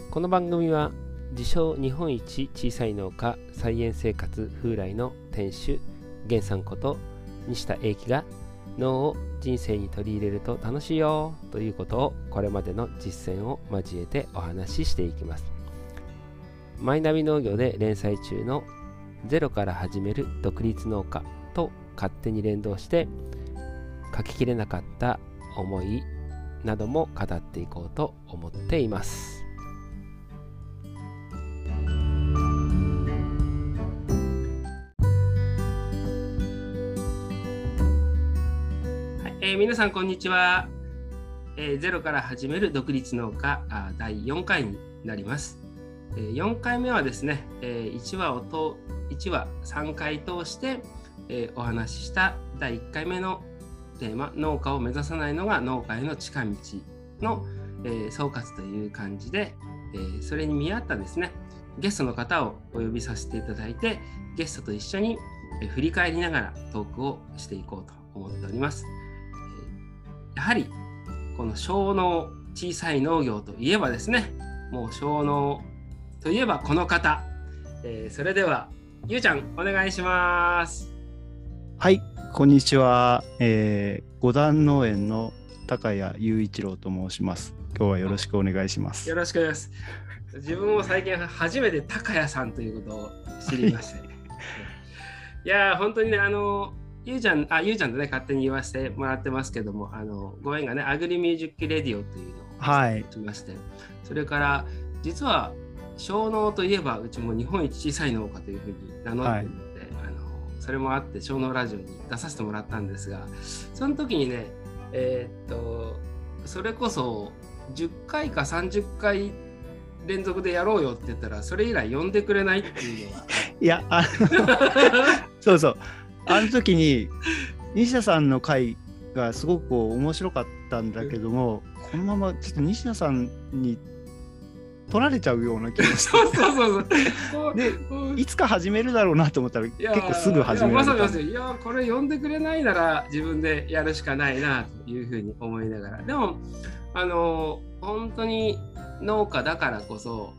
この番組は自称日本一小さい農家菜園生活風来の店主源さんこと西田英樹が農を人生に取り入れると楽しいよということをこれまでの実践を交えてお話ししていきます。マイナビ農業で連載中のゼロから始める独立農家と勝手に連動して書ききれなかった思いなども語っていこうと思っています。皆さんこんにちは。ゼロから始める独立農家第4回になります。4回目はですね、1話3回通して、お話しした第1回目のテーマ、農家を目指さないのが農家への近道の、総括という感じで、それに見合ったですね、ゲストの方をお呼びさせていただいて、ゲストと一緒に、振り返りながらトークをしていこうと思っております。やはりこの小農、小さい農業といえばですね、もう小農といえばこの方、それではゆうちゃんお願いします。 はい、こんにちは。五段農園の高谷雄一郎と申します。今日はよろしくお願いします。 よろしくです。自分も最近初めて高谷さんということを知りまして、いや本当にね、ゆうちゃんとね勝手に言わせてもらってますけども、ご縁がねアグリミュージックレディオというのをしまして、それから実は小農といえばうちも日本一小さい農家というふうに名乗っているので、それもあって小農ラジオに出させてもらったんですが、その時にねそれこそ10回か30回連続でやろうよって言ったらそれ以来呼んでくれないっていうのはいやそうそう、あの時に西田さんの回がすごく面白かったんだけども、このままちょっと西田さんに取られちゃうような気がしてそうでいつか始めるだろうなと思ったら結構すぐ始められた。 いやこれ呼んでくれないなら自分でやるしかないなというふうに思いながら、でも本当に農家だからこそ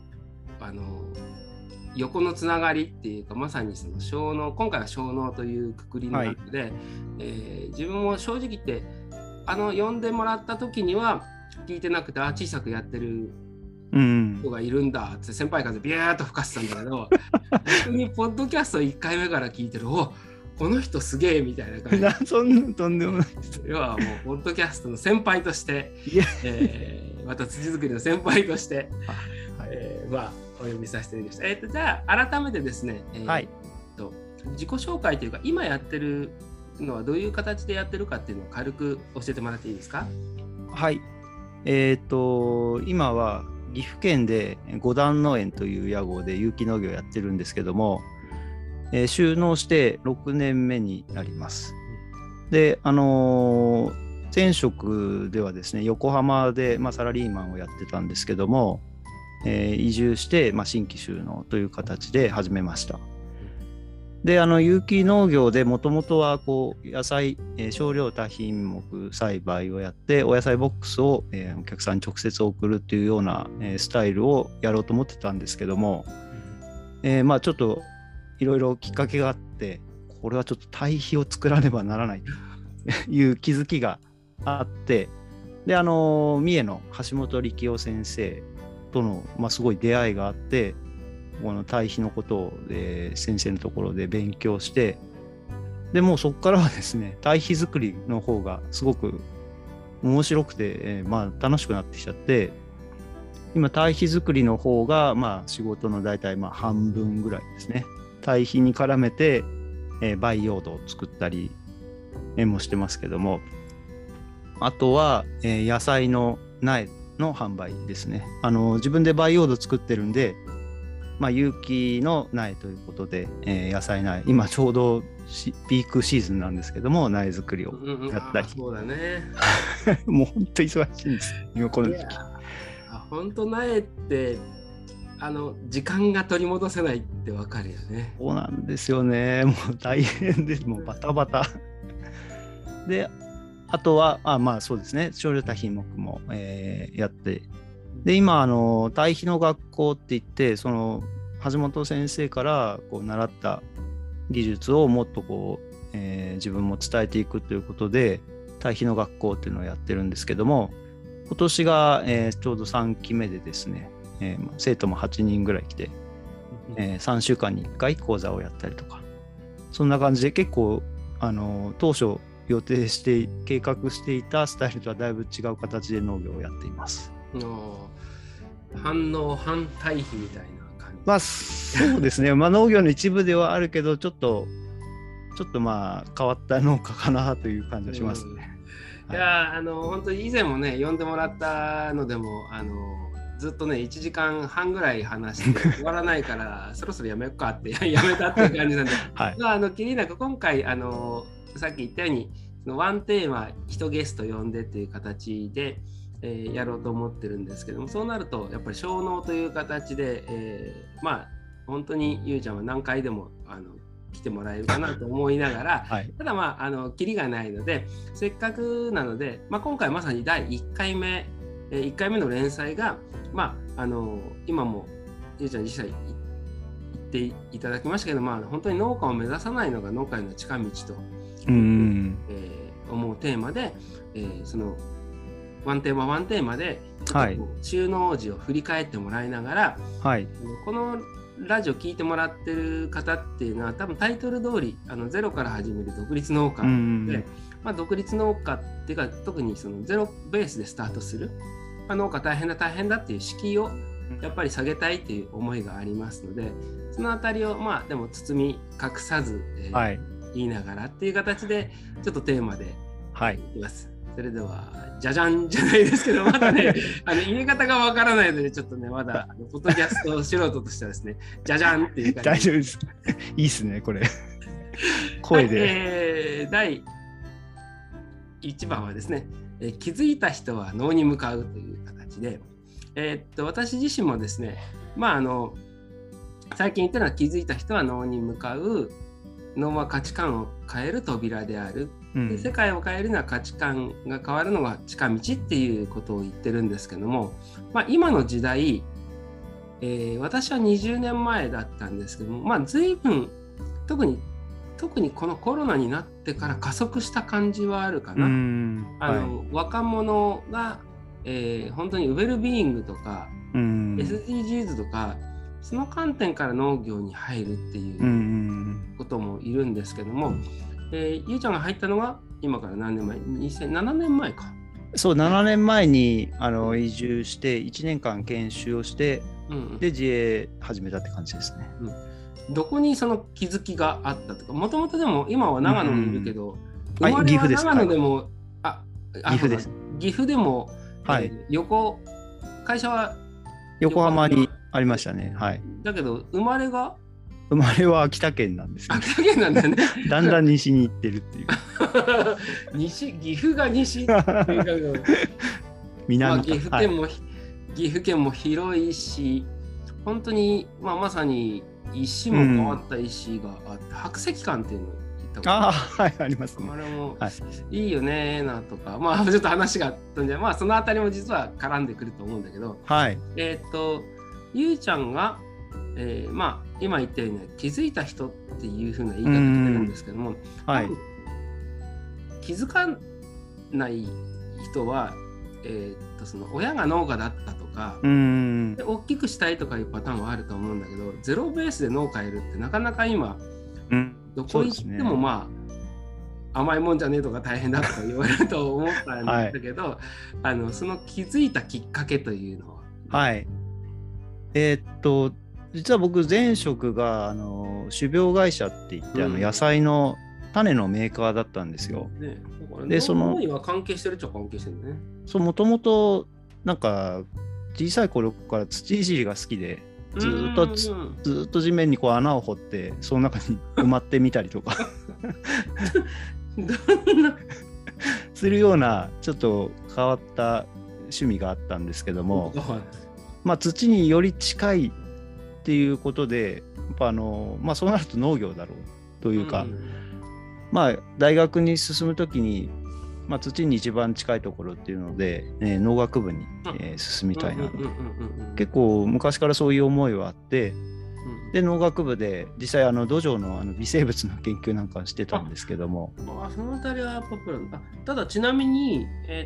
横のつながりっていうか、まさにその小農、今回は小農というくくりの中で、自分も正直言って呼んでもらった時には聞いてなくて、小さくやってる人がいるんだって先輩風ビューッと吹かせたんだけど逆にポッドキャスト1回目から聞いてる、おこの人すげえみたいな感じそんなとんでもないです。 要はもうポッドキャストの先輩として、また土作りの先輩として、お呼びさせていただきました。じゃあ改めてですね、自己紹介というか今やってるのはどういう形でやってるかっていうのを軽く教えてもらっていいですか？ はい、今は岐阜県で五段農園という屋号で有機農業をやってるんですけども、就農して6年目になります。で、前職ではですね、横浜で、サラリーマンをやってたんですけども、移住して、新規就農という形で始めました。で、有機農業でもともとは野菜、少量多品目栽培をやって、お野菜ボックスを、お客さんに直接送るっていうような、スタイルをやろうと思ってたんですけども、ちょっといろいろきっかけがあって、これはちょっと堆肥を作らねばならないという気づきがあって、で、三重の橋本力夫先生との、すごい出会いがあって、この堆肥のことを、先生のところで勉強して、でもうそこからはですね、堆肥作りの方がすごく面白くて、楽しくなってきちゃって、今堆肥作りの方が仕事の大体半分ぐらいですね。堆肥に絡めて、培養土を作ったりもしてますけども、あとは、野菜の苗の販売ですね。自分で培養土作ってるんで、有機の苗ということで、野菜苗、今ちょうどピークシーズンなんですけども、苗作りをやったり、 そうだねもう本当忙しいんです今この時期。 本当苗って時間が取り戻せないってわかるよね。 そうなんですよね。もう大変です。もうバタバタで、あとはそうですね、少量多品目も、やってで今堆肥の学校って言ってその橋本先生からこう習った技術をもっとこう、自分も伝えていくということで堆肥の学校っていうのをやってるんですけども、今年が、ちょうど3期目でですね、生徒も8人ぐらい来て、3週間に1回講座をやったりとか、そんな感じで結構当初予定して計画していたスタイルとはだいぶ違う形で農業をやっています。 反応反対比みたいな感じ。 まあそうですね、まあ、農業の一部ではあるけどちょっとまあ変わった農家かなという感じがしますね。 いや本当に以前もね呼んでもらったのでもずっとね1時間半ぐらい話して終わらないからそろそろやめようかってやめたっていう感じなんで、はい、きりなく今回さっき言ったようにワンテーマ1ゲスト呼んでっていう形で、やろうと思ってるんですけども、そうなるとやっぱり小農という形で、まあ本当にゆうちゃんは何回でも来てもらえるかなと思いながら、はい、ただまあキリがないのでせっかくなので、まあ、今回まさに第1回目1回目の連載が、まあ、今もゆうちゃん実際言っていただきましたけど、まあ、本当に農家を目指さないのが農家への近道と、思うテーマで、そのワンテーマで中農時を振り返ってもらいながら、はい、このラジオ聞いてもらってる方っていうのは多分タイトル通りゼロから始める独立農家で、まあ、独立農家っていうか特にそのゼロベースでスタートする、まあ、農家大変だっていう敷居をやっぱり下げたいっていう思いがありますので、そのあたりをまあでも包み隠さず、はい、言いながらっていう形でちょっとテーマでいきます。それではじゃじゃんじゃないですけど、まだね入れ方がわからないのでちょっとねまだポッドキャスト素人としてはですねじゃじゃんっていう感じで大丈夫ですいいっすねこれ声で、 はい、第1番はですね、気づいた人は農に向かうという形で、私自身もですね、まあ最近言ったのは気づいた人は農に向かう、農は価値観を変える扉である、で世界を変えるのは価値観が変わるのが近道っていうことを言ってるんですけども、まあ、今の時代、私は20年前だったんですけども、まあ、随分特にこのコロナになってから加速した感じはあるかな。若者が、本当にウェルビーイングとか SDGs とかその観点から農業に入るっていうこともいるんですけども、ゆうちゃんが入ったのは今から何年前 ?2007 年前か。 そう、7年前に移住して1年間研修をして、で自営始めたって感じですね。 どこにその気づきがあったとか、もともとでも今は長野にいるけど、生まれは長野でも、岐阜です。岐阜でも、会社は横浜にありましたね。はい。 だけど生まれは秋田県なんですよ、ね。 秋田県なんだよね。 だんだん西に行ってるっていう。 岐阜が西っていうか南か、岐阜県も広いし、本当に、まさに石も変わった石があって、白石館っていうのを行ったことありますね。 あれもいいよねーなとか、ちょっと話があったんで、そのあたりも実は絡んでくると思うんだけど、 はい、 ゆうちゃんが今言ったように気づいた人っていう風な言い方してるんですけども、はい、気づかない人は、その親が農家だったとかで大きくしたいとかいうパターンはあると思うんだけど、ゼロベースで農家やるってなかなか今、どこ行っても甘いもんじゃねえとか大変だとか言われると思ったんだけど、その気づいたきっかけというのは、 はい、実は僕前職が種苗会社って言って、野菜の種のメーカーだったんですよ。 でその農には関係してるっちゃ関係してるね。 もともとなんか小さい頃から土いじりが好きでずっと地面にこう穴を掘ってその中に埋まってみたりとかするようなちょっと変わった趣味があったんですけども、土により近いっていうことでやっぱそうなると農業だろうというか、大学に進むときにまあ、土に一番近いところっていうので、農学部に、進みたいなと。結構昔からそういう思いはあって、で農学部で実際土壌の微生物の研究なんかしてたんですけども。 そのあたりはポピュラーだ。ただちなみに、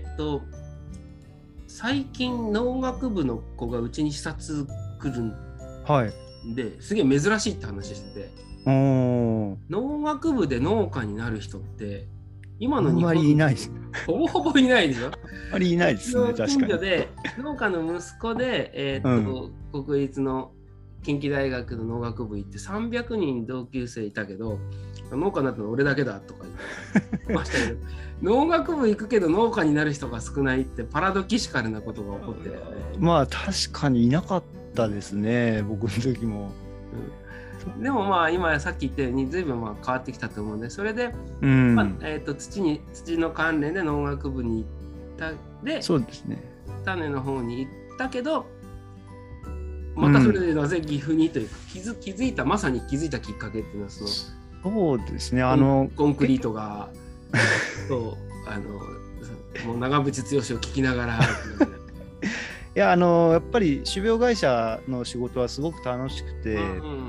最近農学部の子がうちに視察来るんで、すげえ珍しいって話してて、農学部で農家になる人って今の日本にいないです。 ほぼほぼいないでしょ。 あまりいないですね、確かに。 近所で農家の息子で、国立の近畿大学の農学部行って300人同級生いたけど、農家になったの俺だけだとか言ってましたけど農学部行くけど農家になる人が少ないってパラドキシカルなことが起こってるよね。 まあ確かにいなかったですね、僕の時も。 でもまあ今さっき言ったように随分まあ変わってきたと思うんで、それで、土の関連で農学部に行ったで、 そうですね、 種の方に行ったけど、またそれでなぜ岐阜にというか、まさに気づいたきっかけっていうのはそうですね、 コンクリートがもう長渕剛を聞きながらいややっぱり種苗会社の仕事はすごく楽しくて、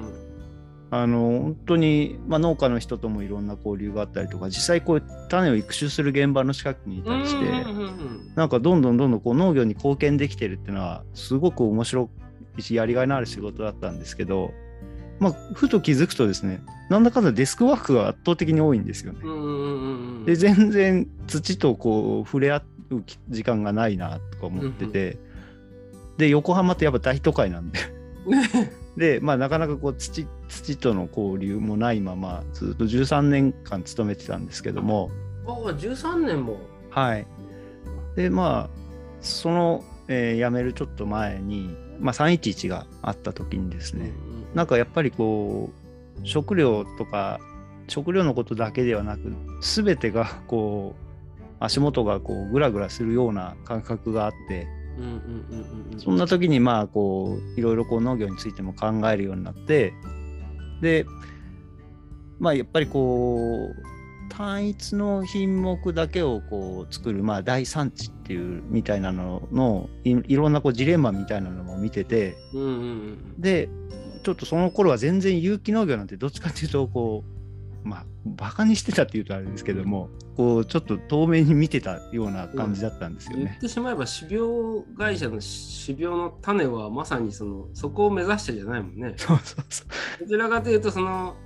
本当に、農家の人ともいろんな交流があったりとか、実際こう種を育種する現場の近くにいたりして、なんかどんどんこう農業に貢献できてるっていうのはすごく面白いしやりがいのある仕事だったんですけど、ふと気づくとですね、なんだかんだデスクワークが圧倒的に多いんですよね。で全然土とこう触れ合う時間がないなとか思ってて、で横浜ってやっぱ大都会なんでで、なかなかこう土との交流もないままずっと13年間勤めてたんですけども。 13年も。 はい。でその、辞めるちょっと前に、311があった時にですね、なんかやっぱりこう食料のことだけではなく、全てがこう足元がこうグラグラするような感覚があって、そんな時にこういろいろこう農業についても考えるようになって、でやっぱりこう単一の品目だけをこう作る第産地っていうみたいなののいろんなこうジレンマみたいなのも見てて、でちょっとその頃は全然有機農業なんてどっちかっていうとこうバカにしてたっていうとあれですけども、こうちょっと遠目に見てたような感じだったんですよね。 言ってしまえば種苗会社の種苗の種はまさにそこを目指してじゃないもんね。 どちらかというと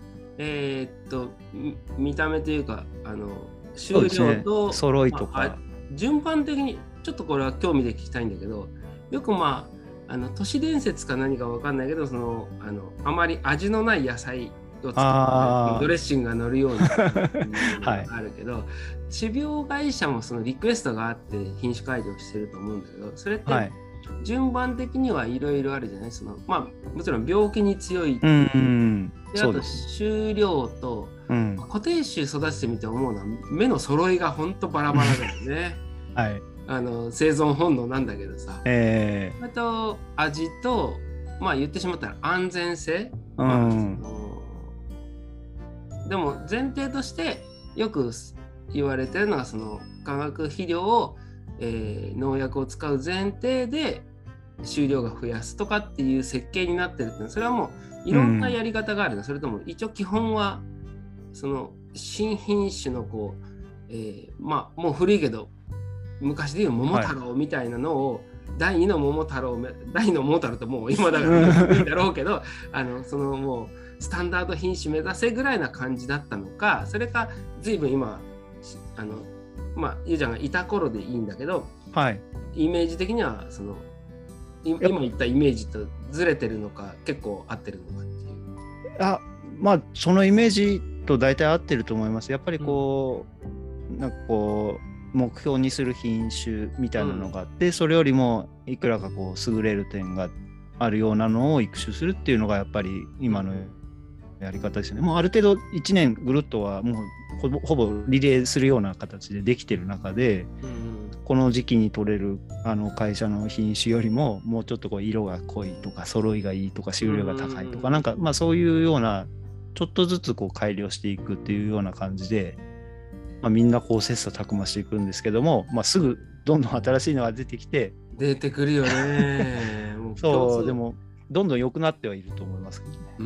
見た目というか収量と揃いとか、 順番的にちょっとこれは興味で聞きたいんだけど、よく都市伝説か何か分かんないけどあまり味のない野菜を作ってドレッシングが乗るようなあるけど、種苗会社もリクエストがあって品種改良してると思うんだけど、それって順番的にはいろいろあるじゃない。もちろん病気に強い、であと収量と、固定種育ててみて思うのは目の揃いがほんとバラバラだよね。生存本能なんだけどさ、あと味と言ってしまったら安全性、でも前提としてよく言われてるのは化学肥料を、農薬を使う前提で収量が増やすとかっていう設計になってるっていうのは、それはもういろんなやり方があるの、それとも一応基本は新品種のもう古いけど昔でいう桃太郎みたいなのを、第2の桃太郎ってもう今だからいいんだろうけどもうスタンダード品種目指せぐらいな感じだったのか、それか随分今ゆうちゃんがいた頃でいいんだけど、イメージ的には今言ったイメージとずれてるのか結構合ってるのかっていう。 そのイメージと大体合ってると思います。やっぱりこう、なんかこう目標にする品種みたいなのがあって、それよりもいくらかこう優れる点があるようなのを育種するっていうのがやっぱり今のやり方ですよね。もうある程度1年ぐるっとはもうほぼリレーするような形でできてる中で、この時期に取れる会社の品種よりももうちょっとこう色が濃いとか揃いがいいとか収量が高いとか、なんかそういうようなちょっとずつこう改良していくっていうような感じでまあ、みんなこう切磋琢磨していくんですけども、まあ、すぐどんどん新しいのが出てきて、 出てくるよね。もうそうでもどんどん良くなってはいると思いますけどね。 うん、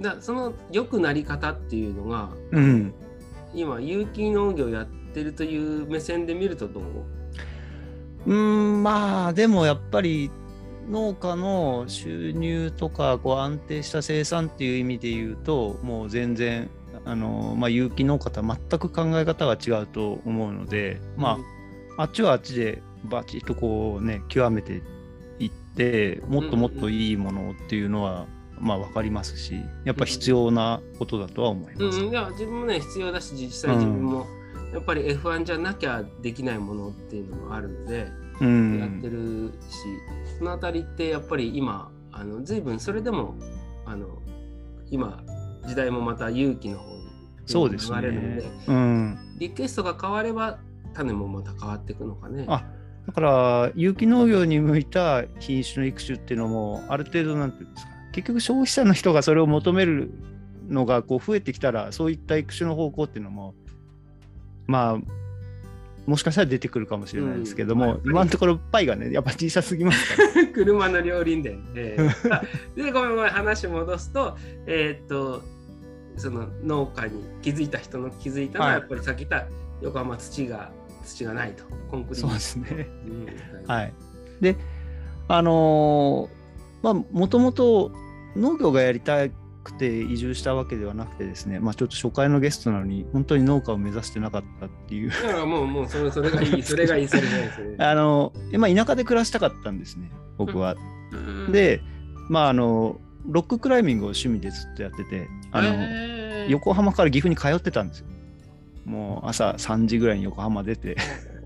その良くなり方っていうのが、 うん、 今有機農業やってるという目線で見るとどう？ まあでもやっぱり農家の収入とかこう安定した生産っていう意味で言うともう全然まあ、有機農家とは全く考え方が違うと思うので、まあ、あっちはあっちでバチッとこうね極めていってもっともっといいものっていうのは、まあ分かりますしやっぱ必要なことだとは思います。 いや自分もね必要だし実際自分もやっぱり F1 じゃなきゃできないものっていうのもあるので、やってるしそのあたりってやっぱり今随分それでも今時代もまた有機の方にそうですね、 流れるので、リクエストが変われば種もまた変わっていくのかね。 だから有機農業に向いた品種の育種っていうのもある程度なんていうんですか、結局消費者の人がそれを求めるのがこう増えてきたらそういった育種の方向っていうのもまあもしかしたら出てくるかもしれないですけども、今のところパイがねやっぱ小さすぎますから車の両輪で、でごめん話戻すとその農家に気づいた人の気づいたのはやっぱりさっき言った横浜土がないとコンクリート。 そうですね、はい。でまあもともと農業がやりたくて移住したわけではなくてですね、まあ、ちょっと初回のゲストなのに本当に農家を目指してなかったっていう。 だからもうそれがいいそれがいいそれがいいですね。 まあ、田舎で暮らしたかったんですね僕は。でまあロッククライミングを趣味でずっとやってて横浜から岐阜に通ってたんですよ。もう朝3時ぐらいに横浜出て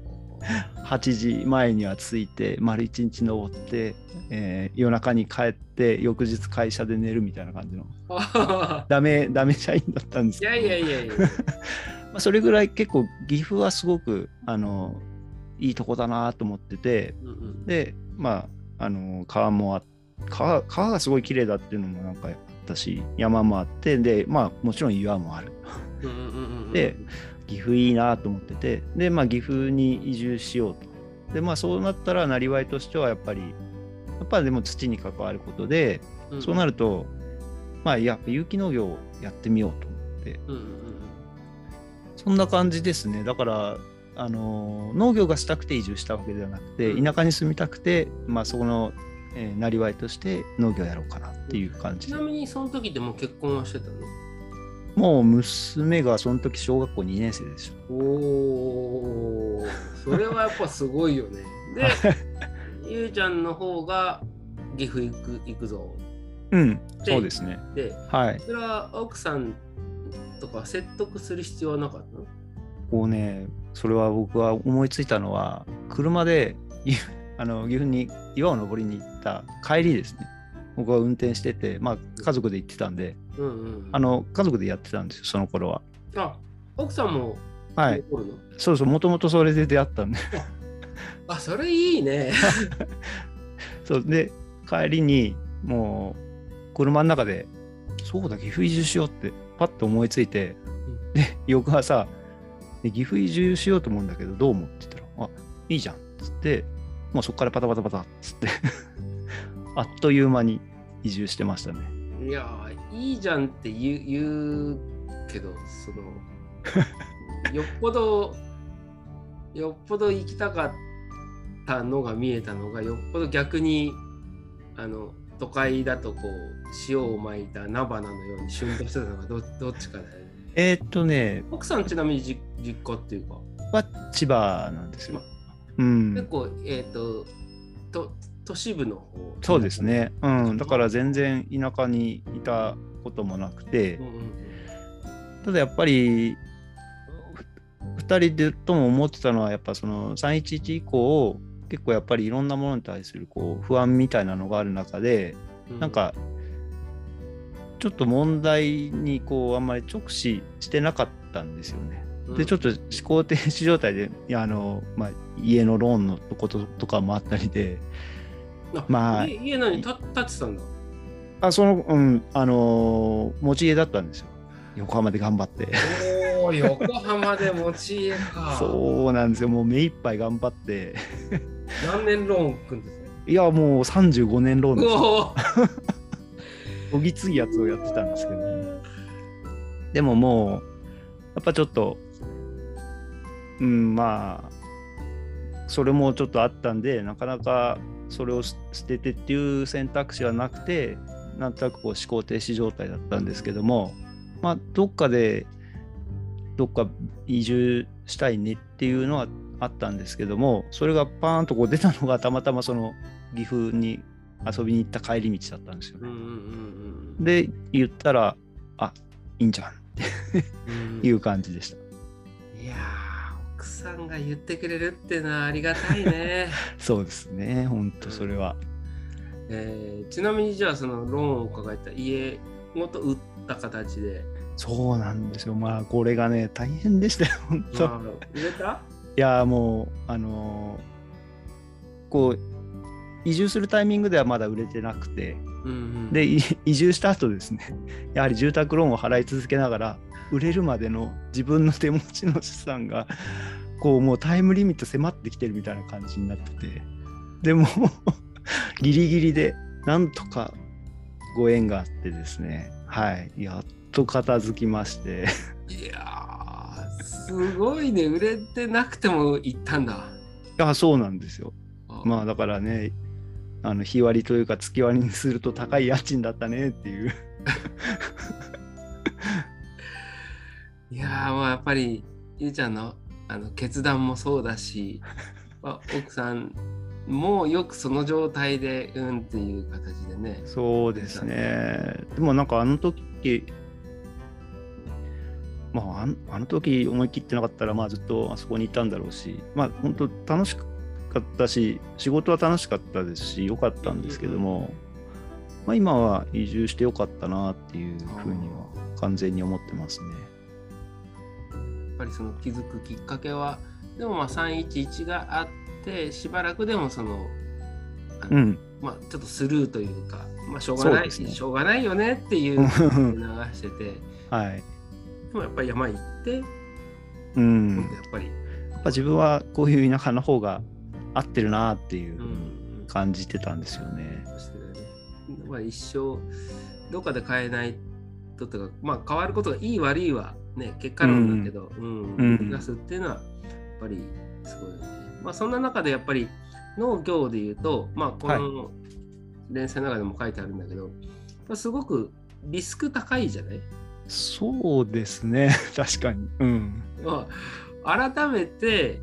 8時前には着いて丸1日登って、夜中に帰って翌日会社で寝るみたいな感じのダメ社員だったんですけど、 いやまあそれぐらい結構岐阜はすごくいいとこだなと思ってて、でまあ川がすごい綺麗だっていうのもなんかあったし山もあってでまあもちろん岩もあるで岐阜いいなと思っててでまあ岐阜に移住しようとでまあそうなったらなりわいとしてはやっぱりでも土に関わることで、そうなるとまあやっぱ有機農業をやってみようと思って、そんな感じですね。だから農業がしたくて移住したわけではなくて、田舎に住みたくてまあそこのなりわいとして農業やろうかなっていう感じで。 ちなみにその時でも結婚はしてたの？ もう娘がその時小学校2年生でしょ。 おー、それはやっぱすごいよね。でゆうちゃんの方が岐阜行くぞ。 そうですね。 で、それは奥さんとか説得する必要はなかったの？ こうね、それは僕は思いついたのは車で岐阜に岩を登りに行った帰りですね。僕は運転してて、まあ家族で行ってたんで、家族でやってたんですよその頃は。 奥さんも残るの？そうもともとそれで出会ったんでそれいいねそうで帰りにもう車の中でそうだ岐阜移住しようってパッと思いついて、で翌朝岐阜移住しようと思うんだけどどう思うって言ったらいいじゃんっつってもうそこからパタパタパタっつってあっという間に移住してましたね。 いやいいじゃんって言うけどよっぽど行きたかったのが見えたのがよっぽど逆に都会だとこう塩をまいた菜花のように旬としてたのがどっちかだよね。奥さんちなみに実家っていうかは千葉なんですよ。 結構都市部の方。 そうですね。だから全然田舎にいたこともなくて、ただやっぱり2人でとも思ってたのはやっぱその311以降結構やっぱりいろんなものに対するこう不安みたいなのがある中で、なんかちょっと問題にこうあんまり直視してなかったんですよね。でちょっと思考停止状態で家のローンのこととかもあったりで、 家何建ってたんだ。 持ち家だったんですよ横浜で頑張っておー、横浜で持ち家か。 そうなんですよ。もう目いっぱい頑張って。 何年ローン組んですか？ いや、もう35年ローンです。 おーおぎついやつをやってたんですけど、ね、でももう、やっぱちょっと、まあ、それもちょっとあったんで、なかなかそれを捨ててっていう選択肢はなくて、なんとなくこう思考停止状態だったんですけども、まあ、どっか移住したいねっていうのはあったんですけども、それがパーンとこう出たのがたまたまその岐阜に遊びに行った帰り道だったんですよね。で、言ったら、あ、いいんじゃんっていう感じでした。 いやー、奥さんが言ってくれるっていうのはありがたいね。 そうですね、本当それは。 ちなみにじゃあそのローンを抱えた家ごと売った形で。 そうなんですよ。まあこれがね大変でしたよ本当。 売れた？ いやもうこう移住するタイミングではまだ売れてなくて、で移住した後ですね、やはり住宅ローンを払い続けながら売れるまでの自分の手持ちの資産がこうもうタイムリミット迫ってきてるみたいな感じになってて、でもギリギリでなんとかご縁があってですね、はい、やっと片付きまして。 いやー、すごいね。売れてなくても行ったんだ。 いや、そうなんですよ。まあだからね、日割りというか月割りにすると高い家賃だったねっていう。 いやー、まあやっぱりゆうちゃんの決断もそうだし、奥さんもうよくその状態でっていう形でね。 そうですね。でもなんかあの時思い切ってなかったらまあずっとあそこにいたんだろうし、まあ本当楽しかったし、仕事は楽しかったですし良かったんですけども、まあ今は移住してよかったなっていうふうには完全に思ってますね。 やっぱりその気づくきっかけはでもまあ311があってしばらくでもそのまあちょっとスルーというか、まあしょうがない、しょうがないよねっていう流してて、 はい。 でもやっぱり山行って、やっぱり自分はこういう田舎の方が合ってるなっていう感じてたんですよね。 まあ一生どっかで変えないとか、まあ変わることがいい悪いはね結果論だけど、出すっていうのはやっぱりすごいよね。まあそんな中でやっぱり農業でいうと、まあこの連載の中でも書いてあるんだけど、すごくリスク高いじゃない？ そうですね、確かに。 まあ、改めて、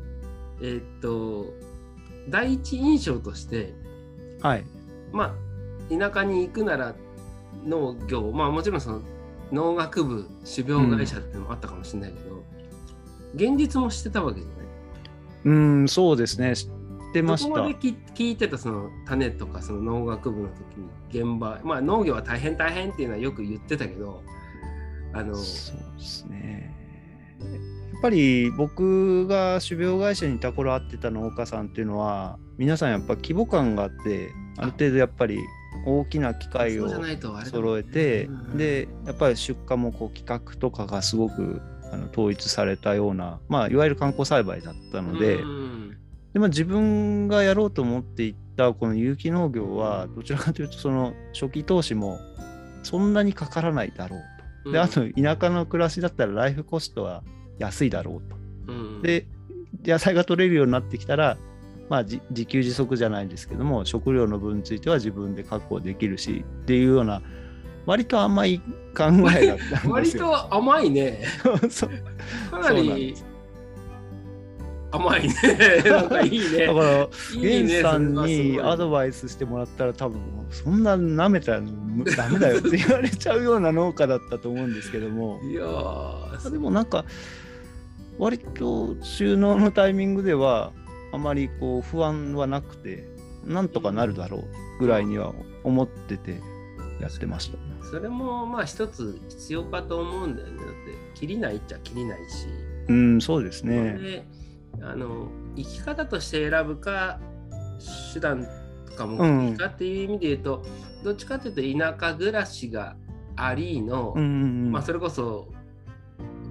第一印象として、まあ田舎に行くなら農業、まあもちろんその農学部種苗会社っていうのもあったかもしれないけど、現実もしてたわけじゃない？ そうですね、知ってました。 どこまで聞いてたその種とかその農学部の時に現場、まあ農業は大変っていうのはよく言ってたけど、 そうですね。やっぱり僕が種苗会社にいた頃会ってた農家さんっていうのは皆さんやっぱ規模感があってある程度やっぱり大きな機械を揃えて、でやっぱり出荷もこう規格とかがすごく統一されたような、まあ、いわゆる観光栽培だったので、で自分がやろうと思っていったこの有機農業はどちらかというとその初期投資もそんなにかからないだろうと。であと田舎の暮らしだったらライフコストは安いだろうと。で野菜が取れるようになってきたら、まあ、自給自足じゃないですけども食料の分については自分で確保できるしっていうような割と甘い考えだったんですよ。 割と甘いね。かなり甘いね。なんかいいね。 だから源さんにアドバイスしてもらったら多分そんな舐めたらダメだよって言われちゃうような農家だったと思うんですけども、 いやでもなんか割と収納のタイミングではあまりこう不安はなくてなんとかなるだろうぐらいには思っててやってました。 それもまあ一つ必要かと思うんだよね。だって切りないっちゃ切りないし。 そうですね。 で生き方として選ぶか手段とか目的かっていう意味で言うと、どっちかというと田舎暮らしがありの、まあそれこそ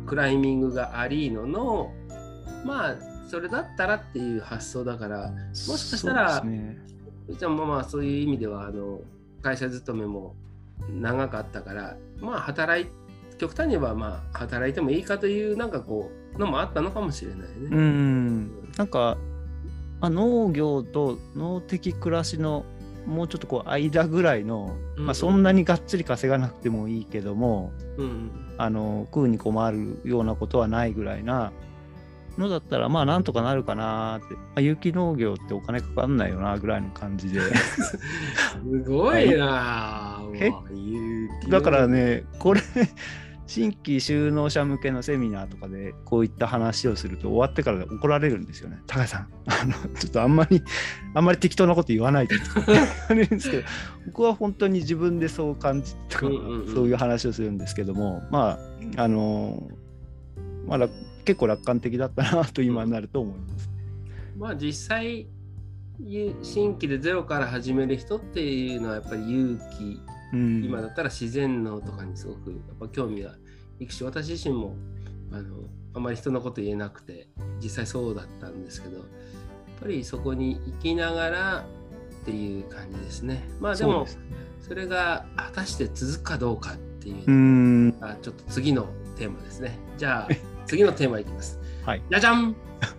クライミングがありのの、まあそれだったらっていう発想だから、もしかしたらそうですね、 ちゃんもまあそういう意味では会社勤めも長かったから、まあ極端に言えばまあ働いてもいいかというなんかこうのもあったのかもしれないね。 なんか、農業と農的暮らしのもうちょっとこう間ぐらいの、そんなにがっつり稼がなくてもいいけども、食うに困るようなことはないぐらいなのだったら、まあなんとかなるかなって、有機農業ってお金かかんないよなぐらいの感じで。 すごいなだからね、これ新規就農者向けのセミナーとかでこういった話をすると終わってから怒られるんですよね。高橋さん、ちょっとあんまり適当なこと言わないでと言われるんですけど、僕は本当に自分でそう感じとか、そういう話をするんですけども、まあまだ結構楽観的だったなと今になると思います。 まあ実際新規でゼロから始める人っていうのはやっぱり勇気、今だったら自然農とかにすごくやっぱ興味がいくし、私自身もあまり人のこと言えなくて実際そうだったんですけど、やっぱりそこに行きながらっていう感じですね。まあでもそれが果たして続くかどうかっていうのがちょっと次のテーマですね。じゃあ次のテーマいきます。 はい、 じゃじゃん、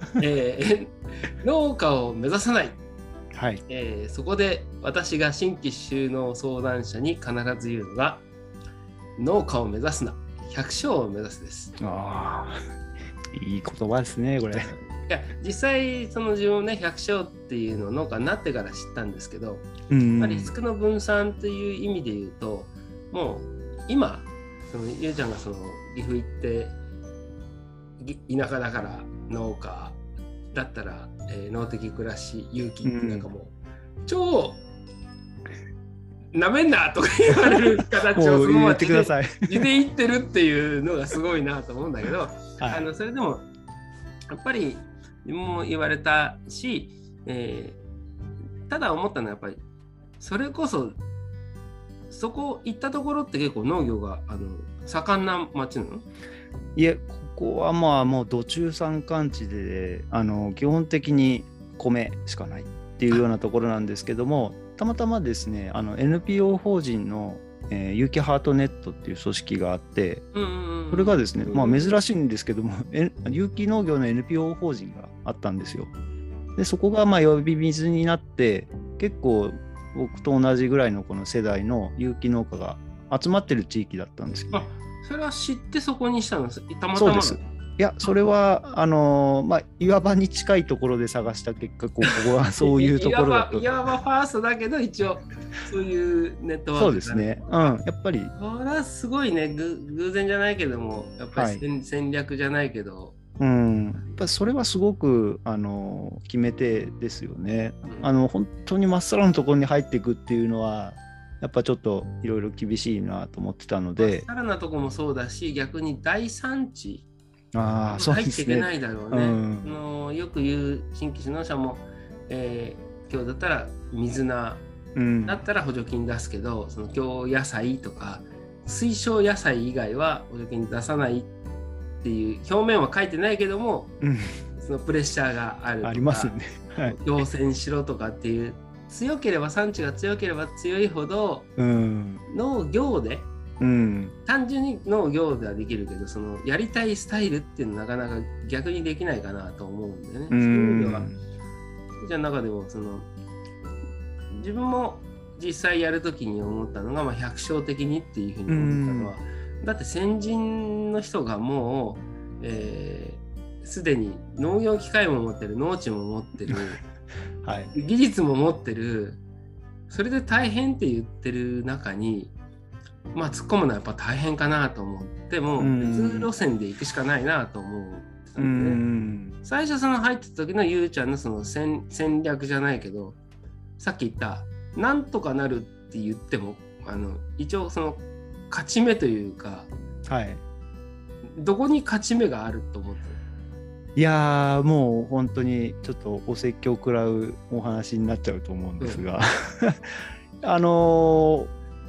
農家を目指さない。 はい、 そこで私が新規就農相談者に必ず言うのが、農家を目指すな、百姓を目指すです。 ああ、いい言葉ですねこれ。いや実際その自分ね、百姓っていうのを農家になってから知ったんですけど、リスクの分散という意味で言うと、もう今ゆうちゃんが岐阜行って田舎だから農家だったら、農的暮らし勇気ってなんかもう、超なめんなとか言われる形をそのまま地で言ってるっていうのがすごいなと思うんだけど、それでもやっぱり自分も言われたし、ただ思ったのはやっぱりそれこそそこ行ったところって結構農業が盛んな町なの？ いえ、ここはまあもう土中山間地で基本的に米しかないっていうようなところなんですけども、たまたまですねNPO 法人の、有機ハートネットっていう組織があって、それがですね、まあ珍しいんですけども有機農業の NPO 法人があったんですよ。でそこがまあ呼び水になって結構僕と同じぐらいのこの世代の有機農家が集まってる地域だったんですよ。 それは知ってそこにしたんです。たまたま。 そうです。いや、それは岩場に近いところで探した結果、ここはそういうところだと。 岩場ファーストだけど、一応そういうネットワーク。 そうですね。やっぱり。 これはすごいね、偶然じゃないけども、やっぱり戦略じゃないけど。 やっぱそれはすごく決め手ですよね。本当にまっさらのところに入っていくっていうのはやっぱちょっといろいろ厳しいなと思ってたので、 まっさらなところもそうだし、逆に大産地入っていけないだろうね。よく言う新規就農者も、今日だったら水菜だったら補助金出すけど、その京野菜とか水晶野菜以外は補助金出さないっていう表面は書いてないけども、そのプレッシャーがあるとか、 ありますよね。 行船しろとかっていう、強ければ産地が強ければ強いほど、農業で、単純に農業ではできるけど、そのやりたいスタイルっていうのはなかなか逆にできないかなと思うんだよね。そういう意味ではじゃあ中でも自分も実際やるときに思ったのが、百姓的にっていうふうに思ったのは、だって先人の人がもうすでに農業機械も持ってる、農地も持ってる、技術も持ってる、それで大変って言ってる中に突っ込むのはやっぱ大変かなと思っても、別路線で行くしかないなと思ってたんで、最初入ってた時のゆうちゃんの戦略じゃないけど、さっき言ったなんとかなるって言っても一応勝ち目というか、どこに勝ち目があると思ってる？ いやー、もう本当にちょっとお説教を食らうお話になっちゃうと思うんですが、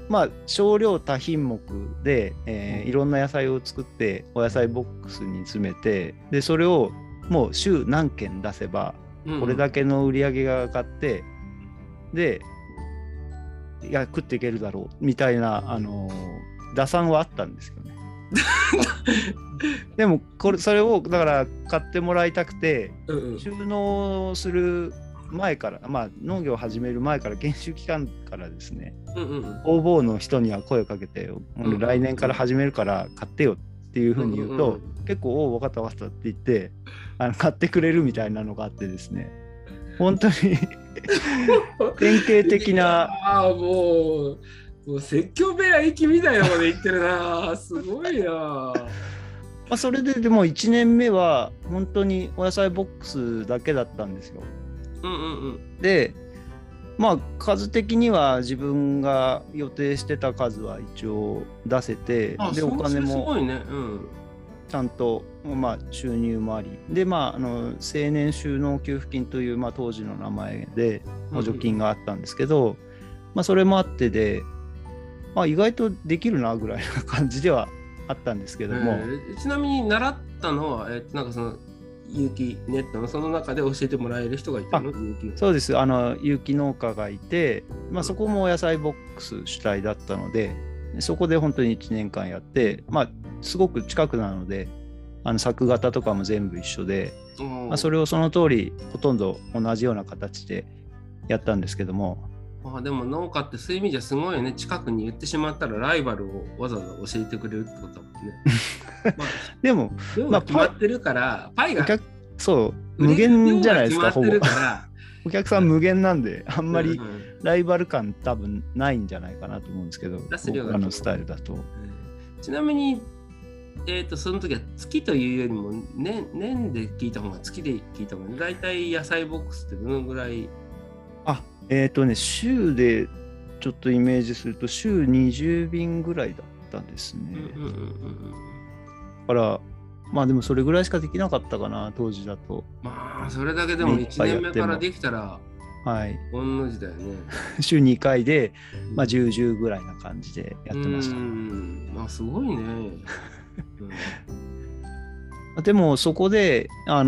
まあ少量多品目で、いろんな野菜を作ってお野菜ボックスに詰めて、でそれをもう週何件出せばこれだけの売り上げが上がって、でいや食っていけるだろうみたいな打算はあったんですよね。でもそれをだから買ってもらいたくて、収納する前から、まあ、農業を始める前から研修期間からですね、工房の人には声をかけて、来年から始めるから買ってよっていうふうに言うと、結構分かった分かったって言って買ってくれるみたいなのがあってですね、本当に典型的なもう説教部屋行きみたいなこと言ってるな。すごいな。 まあそれでも1年目は本当にお野菜ボックスだけだったんですよ。でまあ数的には自分が予定してた数は一応出せて、でお金もちゃんと、まあ、収入もありで、まあ、青年収納給付金という、まあ、当時の名前で補助金があったんですけど、まあ、それもあってで、まあ、意外とできるなぐらいな感じではあったんですけども、 ちなみに習ったのは、なんかその有機ネットのその中で教えてもらえる人がいたの？ そうです、有機農家がいて、まあ、そこもお野菜ボックス主体だったので、そこで本当に1年間やって、まあ、すごく近くなので作型とかも全部一緒で、まあ、それをその通りほとんど同じような形でやったんですけども、 でも農家ってそういう意味じゃすごいよね。近くに言ってしまったらライバルをわざわざ教えてくれるってことだもんね。 まあ、でも量が決まってるから、パイがそう無限じゃないですか、ほぼ。お客さん無限なんで、あんまりライバル感多分ないんじゃないかなと思うんですけど、僕らのスタイルだと。 ちなみに、その時は月というよりも、年で聞いた方が、月で聞いた方が、だいたい野菜ボックスってどのぐらい？ 週でちょっとイメージすると、週20便ぐらいだったんですね。だから、まあでもそれぐらいしかできなかったかな、当時だと。 まあ、それだけでも1年目からできたら、 はい。 同じだよね。 週2回で、まあ、10ぐらいな感じでやってました。 まあ、すごいね。 でも、そこで、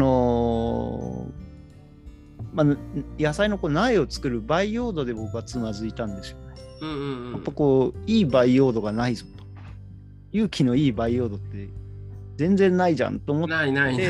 まあ、野菜の苗を作る培養土で僕はつまずいたんですよね。やっぱこう、いい培養土がないぞと。有機のいい培養土って全然ないじゃんと思って、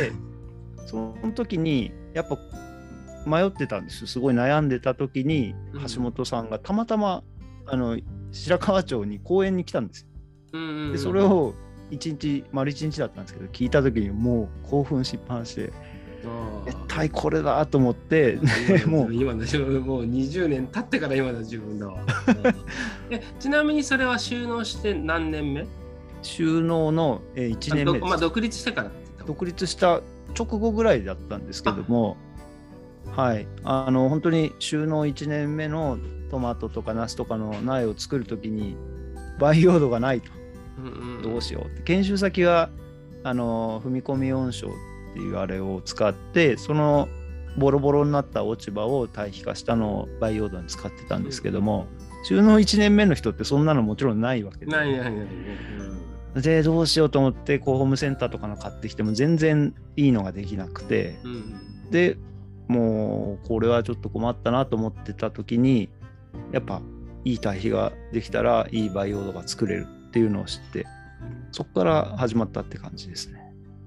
その時に、やっぱ、迷ってたんですよ。すごい悩んでた時に、橋本さんがたまたま白川町に講演に来たんですよ。でそれを丸一日だったんですけど、聞いた時にもう興奮しっぱなしで、絶対これだと思ってもう今の自分、もう20年経ってから今の自分だわ。ちなみにそれは収納して何年目？ 収納の1年目です。 まあ、独立してから独立した直後ぐらいだったんですけども、はい、本当に収納1年目のトマトとかナスとかの苗を作るときに培養土がないと、どうしようって、研修先は踏み込み温床っていうあれを使って、そのボロボロになった落ち葉を堆肥化したのを培養土に使ってたんですけども、収納1年目の人ってそんなのもちろんないわけで、でどうしようと思ってホームセンターとかの買ってきても全然いいのができなくて、でもうこれはちょっと困ったなと思ってた時に、やっぱいい堆肥ができたらいい培養土が作れるっていうのを知って、そこから始まったって感じですね。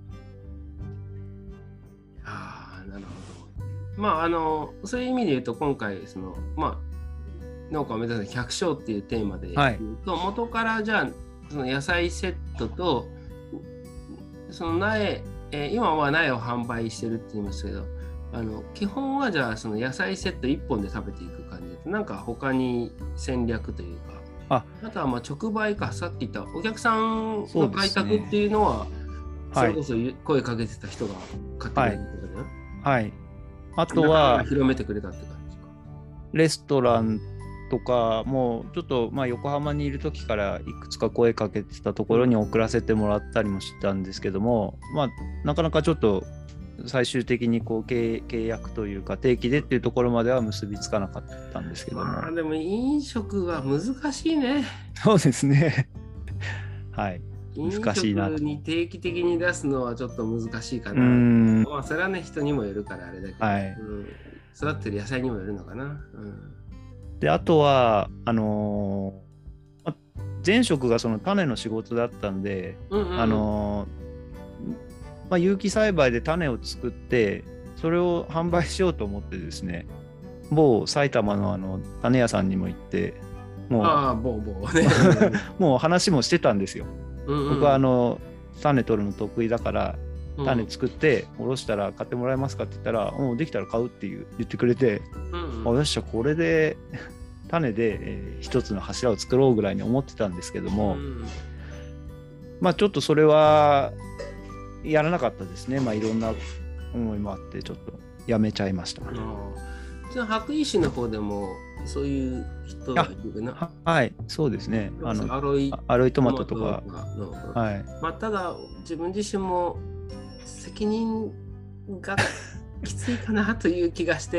なるほど。まあそういう意味で言うと、今回まあ農家を目指す100勝っていうテーマで言うと、元からじゃあその野菜セットとその苗、今は苗を販売してるって言いましたけど、基本はじゃあその野菜セット1本で食べていく感じで、なんか他に戦略というか、あとはまあ直売か、さっき言ったお客さんの開拓っていうのは、それこそ声かけてた人が買ってくれるってことだね。 はい。あとは広めてくれたって感じか。 レストランとかもちょっとまあ横浜にいる時からいくつか声かけてたところに送らせてもらったりもしたんですけども、まあなかなかちょっと最終的にこう契約というか定期でっていうところまでは結びつかなかったんですけども、 まあでも飲食は難しいね。 そうですねはい飲難しいな食に定期的に出すのはちょっと難しいかな。まあそれはね人にもよるからあれだけど、 はい、 育ってる野菜にもよるのかな。 であとは前職がその種の仕事だったんで、有機栽培で種を作ってそれを販売しようと思ってですね、某埼玉の種屋さんにも行ってもうもう話もしてたんですよ。僕は種取るの得意だから種作っておろしたら買ってもらえますかって言ったら、もうできたら買うって言ってくれて、よっしゃこれで種で、一つの柱を作ろうぐらいに思ってたんですけども、まあちょっとそれはやらなかったですね。まあいろんな思いもあってちょっとやめちゃいました。 じゃあ白衣市の方でもそういう人がいるかな。 はい、そうですね。アロイトマトとか。はい。 まあただ自分自身も責任がきついかなという気がして。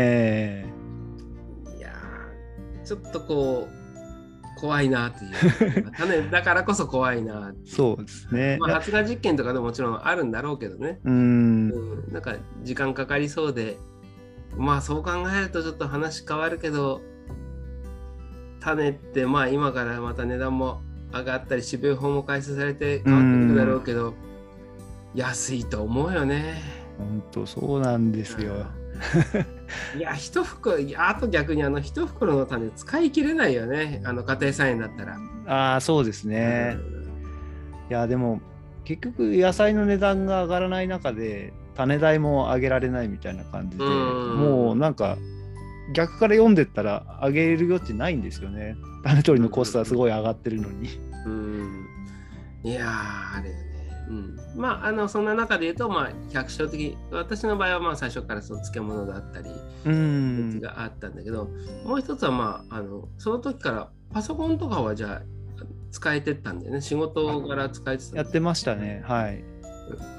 いやちょっとこう怖いなという種だからこそ怖いな。 そうですね。 まあ発芽実験とかでももちろんあるんだろうけどね。なんか時間かかりそうで、まあそう考えるとちょっと話変わるけど、種ってまあ今からまた値段も上がったり種苗法も開始されて変わってくるだろうけど、安いと思うよね。 本当そうなんですよ。 いや一袋、あと逆に一袋の種使い切れないよね、家庭菜園だったら。 ああそうですね。いやでも結局野菜の値段が上がらない中で種代も上げられないみたいな感じで、もうなんか逆から読んでったら上げる余地ないんですよね。種取りのコストはすごい上がってるのに。 いやあれよね。まあそんな中で言うと、まあ百姓的、私の場合はまあ最初からその漬物だったりがあったんだけど、もう一つはまあその時からパソコンとかはじゃあ使えてったんだよね。仕事から使えてた。 やってましたね。はい。から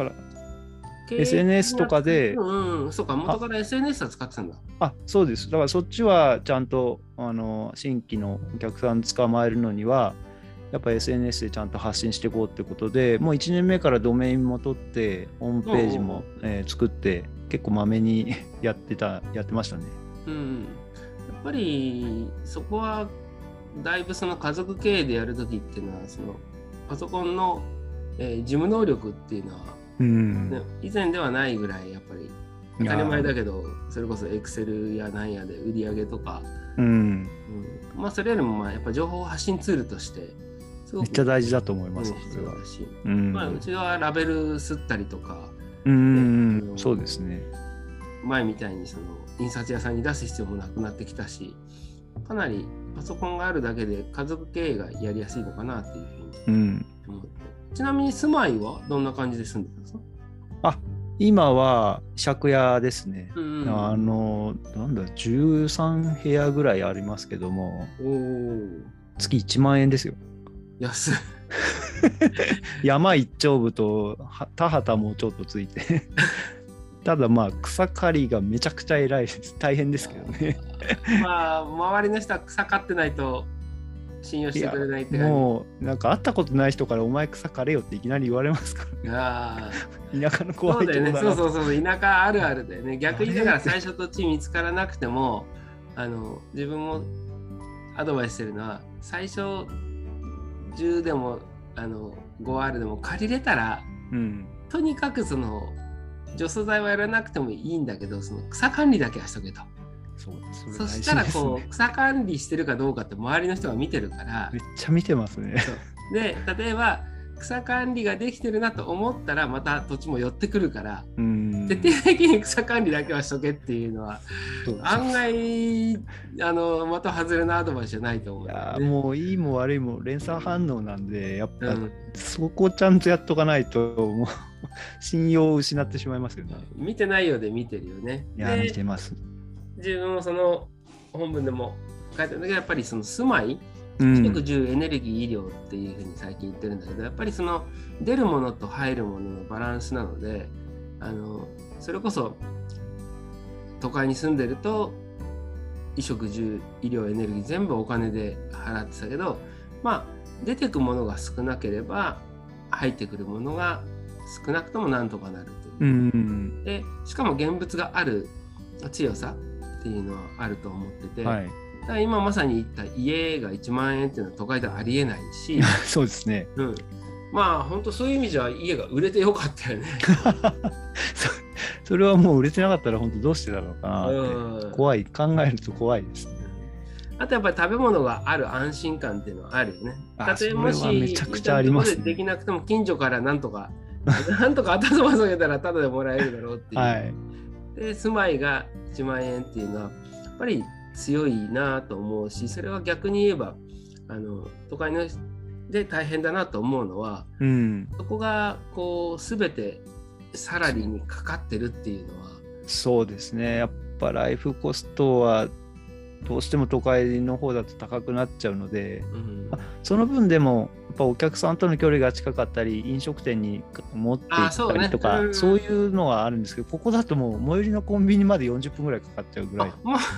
SNS とかで、 そうか、元から SNS は使ってたんだ。 そうです。だからそっちはちゃんと新規のお客さん捕まえるのにはやっぱ SNS でちゃんと発信していこうってことで、もう1年目からドメインも取ってホームページも作って結構まめにやってましたね。 やっぱりそこはだいぶその家族経営でやるときっていうのはそのパソコンの、事務能力っていうのは、以前ではないぐらいやっぱり当たり前だけど、それこそ Excel やなんやで売り上げとか、まあそれよりもまあやっぱ情報発信ツールとしてめっちゃ大事だと思います。 必要だし、まあうちはラベル吸ったりとか、 そうですね。 前みたいにその印刷屋さんに出す必要もなくなってきたし、かなりパソコンがあるだけで家族経営がやりやすいのかなっていうふうに思って。ちなみに住まいはどんな感じで住んでたんですか？ 今は借家ですね。なんだ13部屋ぐらいありますけども、月1万円ですよ。 安い。 山一丁部と田畑もちょっとついてただまあ草刈りがめちゃくちゃ偉いです。大変ですけどね。 まあ周りの人は草刈ってないと信用してくれないって感じ。 もうなんか会ったことない人からお前草刈れよっていきなり言われますからね。田舎の怖いところだな。 そう田舎あるあるだよね。逆にだから最初土地見つからなくても自分もアドバイスしてるのは最初10でも5R でも借りれたら、とにかくその除草剤はやらなくてもいいんだけど、その草管理だけはしとけと。そしたらこう草管理してるかどうかって周りの人が見てるから。 めっちゃ見てますね。 で例えば草管理ができてるなと思ったらまた土地も寄ってくるから、徹底的に草管理だけはしとけっていうのは案外また外れのアドバイスじゃないと思う、ね。 いやもういいも悪いも連鎖反応なんでやっぱ、そこちゃんとやっとかないともう信用を失ってしまいますよね。 見てないようで見てるよね。 いや見てます。 自分もその本文でも書いてあるんだけど、やっぱりその住まい一食住エネルギー医療っていうふうに最近言ってるんだけど、やっぱりその出るものと入るもののバランスなので、 それこそ都会に住んでると衣食住医療エネルギー全部お金で払ってたけど、出てくものが少なければ入ってくるものが少なくともなんとかなるという、でしかも現物がある強さっていうのはあると思ってて、だから今まさに言った家が1万円っていうのは都会ではありえないしそうですね、 本当そういう意味じゃ家が売れてよかったよねそれはもう売れてなかったら本当どうしてだろうかなって考えると怖いですね。 あとやっぱり食べ物がある安心感っていうのはあるよね。 例えばもしめちゃくちゃありますね。 できなくても近所からなんとか頭を下げたらタダでもらえるだろうっていう、で住まいが1万円っていうのはやっぱり強いなと思うし、それは逆に言えば都会ので大変だなと思うのは、そこがこう全てサラリーにかかってるっていうのは。 そうですね、やっぱライフコストはどうしても都会の方だと高くなっちゃうので、その分でもやっぱお客さんとの距離が近かったり飲食店に持って行ったりとか、そういうのはあるんですけど、ここだともう最寄りのコンビニまで40分ぐらいかかっちゃうぐらい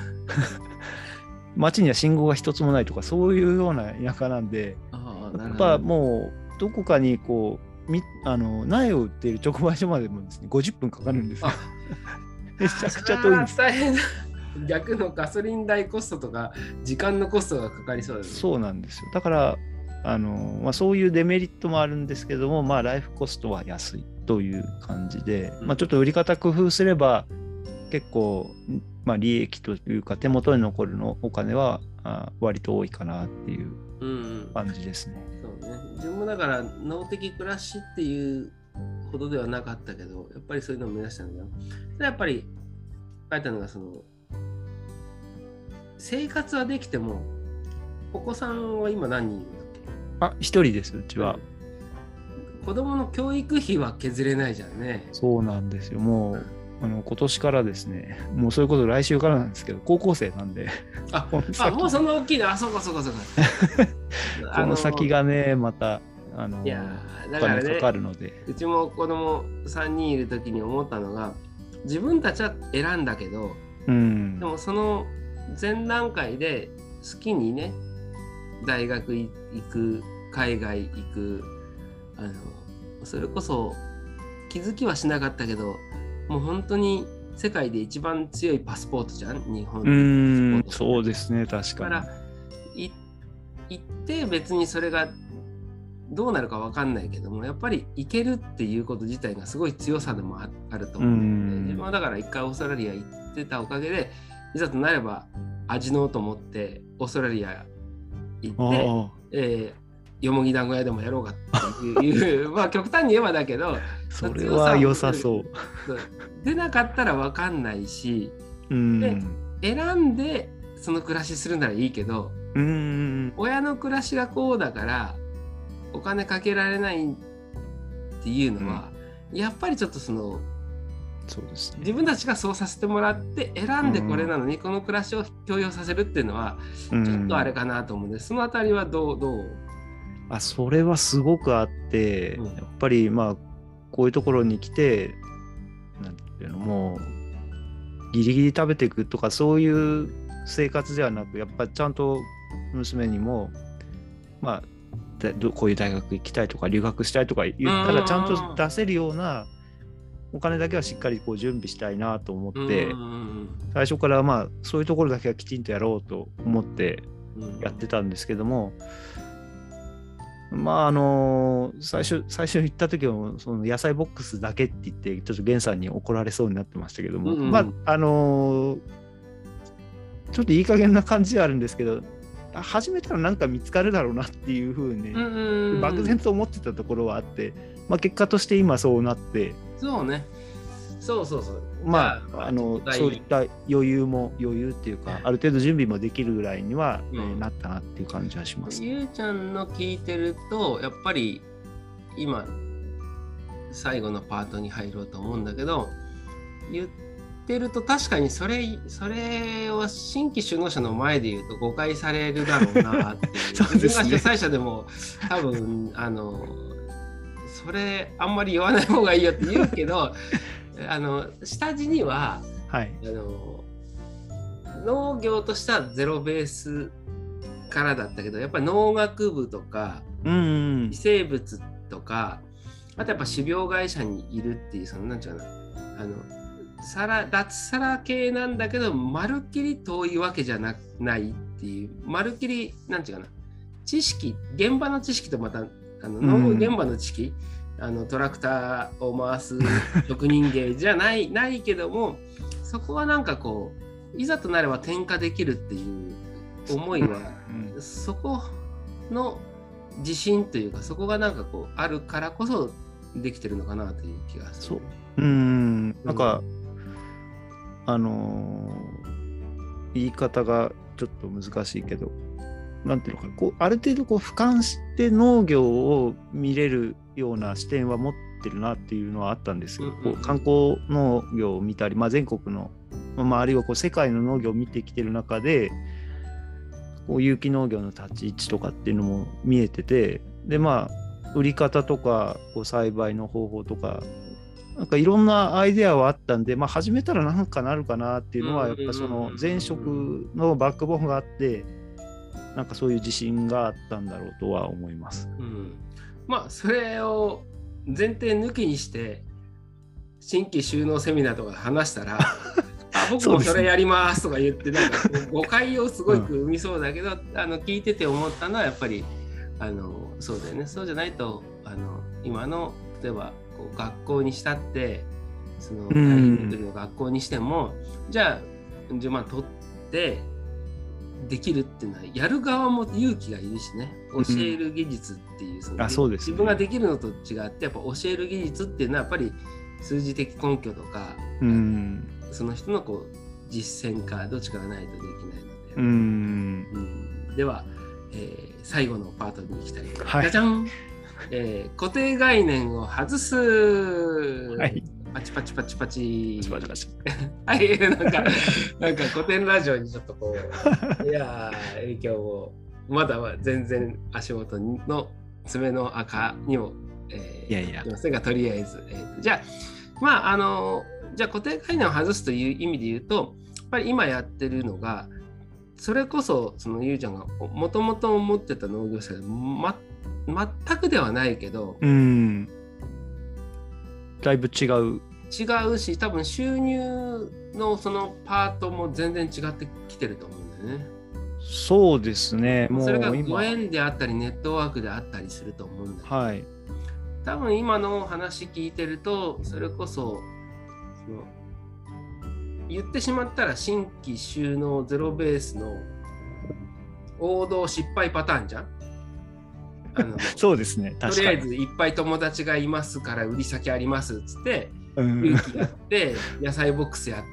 街には信号が一つもないとかそういうような田舎なんで、やっぱもうどこかにこう苗を売っている直売所までもですね50分かかるんですよめちゃくちゃ遠いんです。 大変だ。逆のガソリン代コストとか時間のコストがかかりそうですね。 そうなんですよ。だからそういうデメリットもあるんですけども、ライフコストは安いという感じで、ちょっと売り方工夫すれば結構、利益というか手元に残るお金は割と多いかなっていう感じですね。 そうね。自分もだから脳的暮らしっていうほどではなかったけど、やっぱりそういうのを目指したんだけど、それやっぱり書いたのが生活はできても、お子さんは今何人いるんだっけ？ 一人です、うちは。 子供の教育費は削れないじゃんね。 そうなんですよ。もう今年からですね、もうそういうこと来週からなんですけど、高校生なんで。 もうそんな大きいな。そうか。 この先がね、またいやお金かかるので。 うちも子供3人いるときに思ったのが、自分たちは選んだけど、でもその前段階で好きにね、大学行く、海外行く、それこそ気づきはしなかったけど、もう本当に世界で一番強いパスポートじゃん、日本の。 そうですね、確かに。 だから行って別にそれがどうなるか分かんないけども、やっぱり行けるっていうこと自体がすごい強さでもあると思うので、自分はだから一回オーストラリア行ってたおかげで、いざとなれば味のと思ってオーストラリア行って、よもぎ団子屋でもやろうかっていう極端に言えばだけど、 それは良さそう。 出なかったら分かんないし、で選んでその暮らしするならいいけど、親の暮らしがこうだからお金かけられないっていうのは、やっぱりちょっとそうですね、 自分たちがそうさせてもらって選んでこれなのに、この暮らしを強要させるっていうのはちょっとあれかなと思うんで、そのあたりはどう？ それはすごくあって、やっぱりこういうところに来てなんていうの、もうギリギリ食べていくとかそういう生活ではなく、やっぱりちゃんと娘にもこういう大学行きたいとか留学したいとか言ったらちゃんと出せるようなお金だけはしっかり準備したいなと思って、最初からそういうところだけはきちんとやろうと思ってやってたんですけども、最初行った時はその野菜ボックスだけって言ってちょっと源さんに怒られそうになってましたけども、ちょっといい加減な感じはあるんですけど、始めたらなんか見つかるだろうなっていうふうに漠然と思ってたところはあって、結果として今そうなって、 そうね、そうそういった余裕っていうか、ある程度準備もできるぐらいには、なったなっていう感じはします。 ゆうちゃんの聞いてるとやっぱり今最後のパートに入ろうと思うんだけど、言ってると確かにそれを新規首脳者の前で言うと誤解されるだろうなっていう自分が主催者でも多分それあんまり言わない方がいいよって言うけど下地にははい。 農業としてはゼロベースからだったけど、やっぱり農学部とか微生物とか、あとやっぱ種苗会社にいるっていう、そのなんていうかな、脱サラ系なんだけど、まるっきり遠いわけじゃないっていう、まるっきりなんていうかな、知識、現場の知識とまた農業現場の知識、トラクターを回す職人芸じゃないけども、そこはなんかこういざとなれば転化できるっていう思いは、そこの自信というか、そこがなんかこうあるからこそできてるのかなという気がする。 なんか、言い方がちょっと難しいけど、なんていうのかな、こうある程度こう俯瞰して農業を見れるような視点は持ってるなっていうのはあったんですよ。こう観光農業を見たり、全国の、あるいはこう世界の農業を見てきてる中で、こう有機農業の立ち位置とかっていうのも見えてて、で売り方とかこう栽培の方法とか、なんかいろんなアイデアはあったんで、始めたらなんかなるかなっていうのは、やっぱその前職のバックボーンがあって、なんかそういう自信があったんだろうとは思います。 それを前提抜きにして新規収納セミナーとかで話したら僕もそれやりますとか言って、なんか誤解をすごい生みそうだけど、聞いてて思ったのはやっぱりそうだよね。そうじゃないと今の例えばこう学校にしたって、その大学の学校にしても、じゃあ10万取ってできるっていうのはやる側も勇気がいるしね。教える技術っていう、 そうですね、 自分ができるのと違って、やっぱ教える技術っていうのはやっぱり数字的根拠とか、その人のこう実践かどっちかがないとできないので、では、最後のパートに行きたい。じゃじゃん、固定概念を外す、パチパチパチパチはい、なんか古典ラジオにちょっとこういや影響をまだは全然足元の爪の赤にもいませんが、とりあえず、じゃあじゃあ固定概念を外すという意味で言うと、やっぱり今やってるのが、それこそそのゆうちゃんがもともと思ってた農業者で全くではないけど、 だいぶ違うし、多分収入のそのパートも全然違ってきてると思うんだよね。 そうですね。 もうそれがご縁であったりネットワークであったりすると思うんだけど、多分今の話聞いてると、それこそ言ってしまったら新規収納ゼロベースの王道失敗パターンじゃん。 そうですね。 とりあえずいっぱい友達がいますから売り先ありますっつって、勇気やって野菜ボックスやって、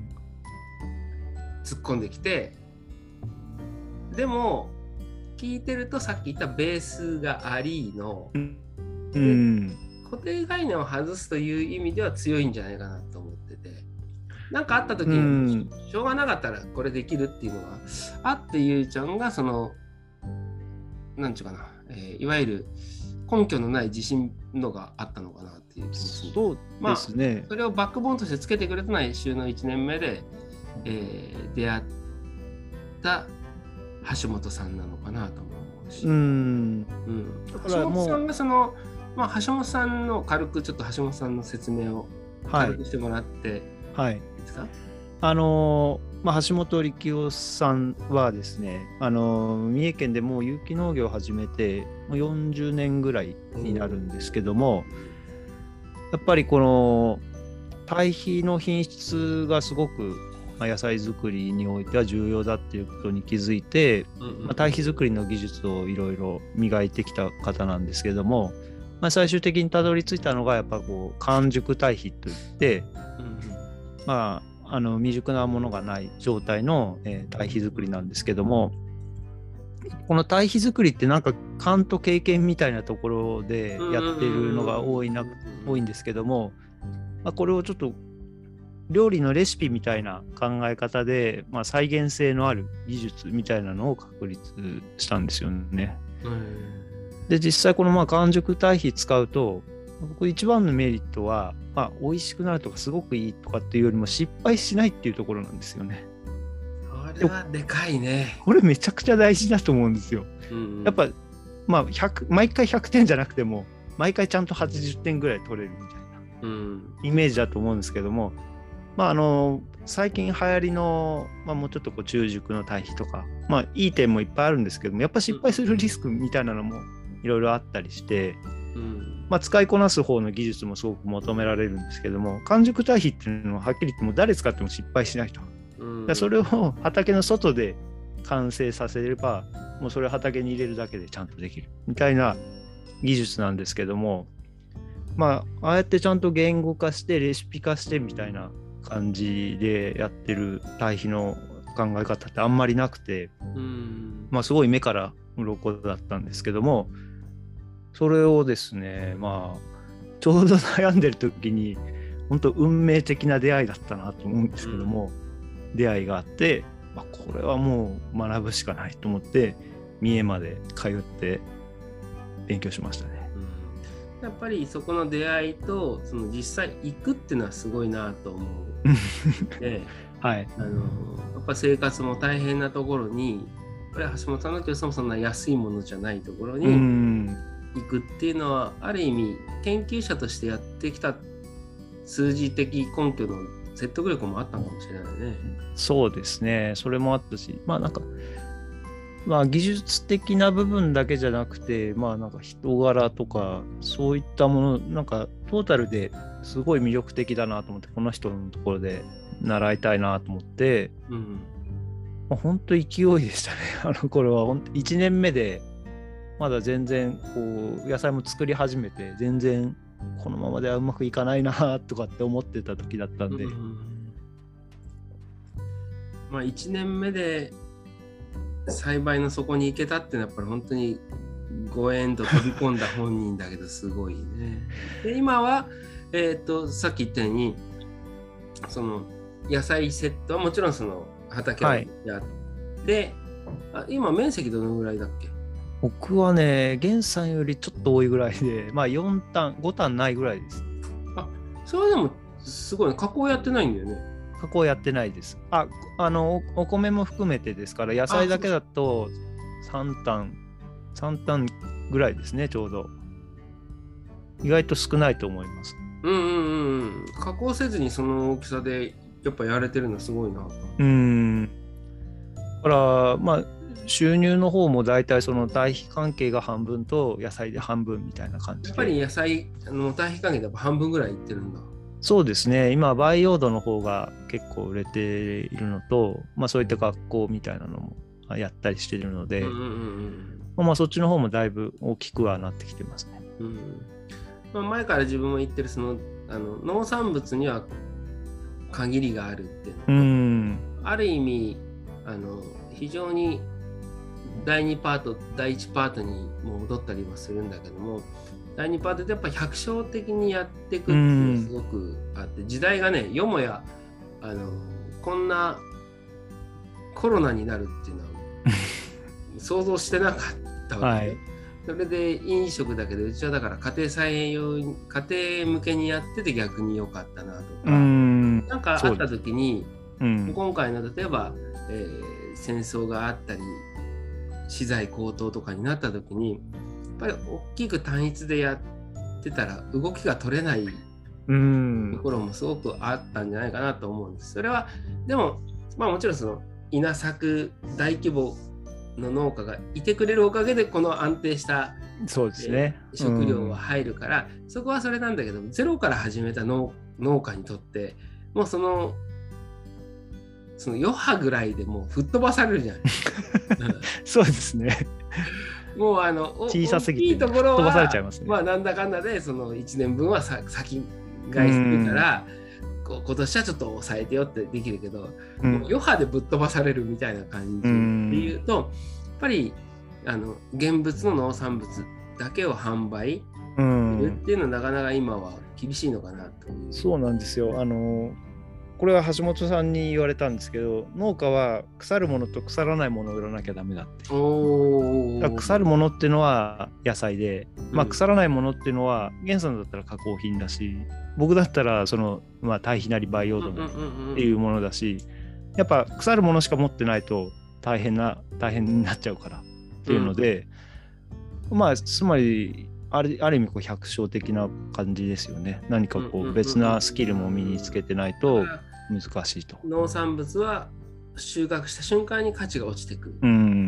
突っ込んできて、でも聞いてるとさっき言ったベースがありの、固定概念を外すという意味では強いんじゃないかなと思ってて、なんかあった時にしょうがなかったらこれできるっていうのがあって、ゆうちゃんがそのなんちゅうかな、いわゆる根拠のない自信のがあったのかなっていう気もする。 そうですね。 それをバックボーンとしてつけてくれたのは週の1年目で、出会った橋本さんなのかなと思うし、橋本さんがその、橋本さんの軽くちょっと橋本さんの説明を軽くしてもらっていいですか？ 橋本力夫さんはですね、三重県でもう有機農業を始めてもう40年ぐらいになるんですけども、やっぱりこの堆肥の品質がすごく野菜作りにおいては重要だっていうことに気づいて、堆肥作りの技術をいろいろ磨いてきた方なんですけども、最終的にたどり着いたのがやっぱこう完熟堆肥といって、未熟なものがない状態の、堆肥作りなんですけども、この堆肥作りってなんか勘と経験みたいなところでやってるのが多いんですけども、これをちょっと料理のレシピみたいな考え方で、再現性のある技術みたいなのを確立したんですよね。で実際この完熟堆肥使うと僕一番のメリットは、美味しくなるとかすごくいいとかっていうよりも失敗しないっていうところなんですよね。 それはでかいね。 これめちゃくちゃ大事だと思うんですよ。やっぱ、毎回100点じゃなくても、毎回ちゃんと80点ぐらい取れるみたいなイメージだと思うんですけども、最近流行りの、もうちょっと中熟の堆肥とか、いい点もいっぱいあるんですけども、やっぱ失敗するリスクみたいなのもいろいろあったりして、使いこなす方の技術もすごく求められるんですけども、完熟堆肥っていうのははっきり言っても誰使っても失敗しないと。それを畑の外で完成させれば、もうそれを畑に入れるだけでちゃんとできるみたいな技術なんですけども、ああやってちゃんと言語化してレシピ化してみたいな感じでやってる堆肥の考え方ってあんまりなくて、すごい目から鱗だったんですけども、それをですね、ちょうど悩んでる時に本当運命的な出会いだったなと思うんですけども、出会いがあって、これはもう学ぶしかないと思って三重まで通って勉強しましたね。 やっぱりそこの出会いとその実際行くっていうのはすごいなと思うで、 はい、 やっぱ生活も大変なところに、これは橋本さんの教室もそんな安いものじゃないところに行くっていうのは、ある意味研究者としてやってきた数字的根拠の説得力もあったのかもしれないね。 そうですね、それもあったし、技術的な部分だけじゃなくて、人柄とかそういったもの、トータルですごい魅力的だなと思って、この人のところで習いたいなと思って、本当勢いでしたね。これは本当1年目でまだ全然野菜も作り始めて、全然このままではうまくいかないなとかって思ってた時だったんで、 1年目で栽培の底に行けたっていうのはやっぱり本当にご縁と飛び込んだ本人だけどすごいね。で今は、さっき言ったようにその野菜セットはもちろんその畑をやって、今面積どのぐらいだっけ？ 僕はね、源さんよりちょっと多いぐらいで、4単5単ないぐらいです。 それでもすごい、加工やってないんだよね。 加工やってないです。お米も含めてですから、野菜だけだと3単ぐらいですね、ちょうど。意外と少ないと思います。 加工せずにその大きさでやっぱやれてるのすごいな。 だから収入の方も大体その堆肥関係が半分と野菜で半分みたいな感じで。 やっぱり野菜堆肥関係で半分ぐらいいってるんだ。 そうですね、今培養土の方が結構売れているのと、そういった学校みたいなのもやったりしているので、そっちの方もだいぶ大きくはなってきてますね。 前から自分も言ってるその農産物には限りがあるっていうのと、ある意味非常に第2パート第1パートにも戻ったりはするんだけども、第2パートでやっぱ百姓的にやっていくっていうのがすごくあって、時代がね、よもやこんなコロナになるっていうのは想像してなかったわけで、それで飲食だけど、うちはだから家庭菜園用に家庭向けにやってて逆に良かったなとか、なんかあった時に、今回の例えば、戦争があったり資材高騰とかになった時に、やっぱり大きく単一でやってたら動きが取れないところもすごくあったんじゃないかなと思うんです。それはでももちろんその稲作大規模の農家がいてくれるおかげでこの安定した、 そうですね、 食料は入るから、そこはそれなんだけど、ゼロから始めた農家にとってもうその余波ぐらいでもう吹っ飛ばされるじゃないそうですね。 もう小さすぎて大きいところは飛ばされちゃいますね。 なんだかんだでその1年分は先買いするから、今年はちょっと抑えてよってできるけど、もう余波でぶっ飛ばされるみたいな感じっていうと、やっぱり現物の農産物だけを販売するっていうのはなかなか今は厳しいのかなという。 そうなんですよ。 これは橋本さんに言われたんですけど、農家は腐るものと腐らないものを売らなきゃダメだって。だから腐るものっていうのは野菜で、腐らないものっていうのは源さんだったら加工品だし、僕だったらその、堆肥なり培養土っていうものだし、やっぱ腐るものしか持ってないと大変になっちゃうからっていうので、つまりある意味こう百姓的な感じですよね。何かこう別なスキルも身につけてないと難しいと。 農産物は収穫した瞬間に価値が落ちてくる。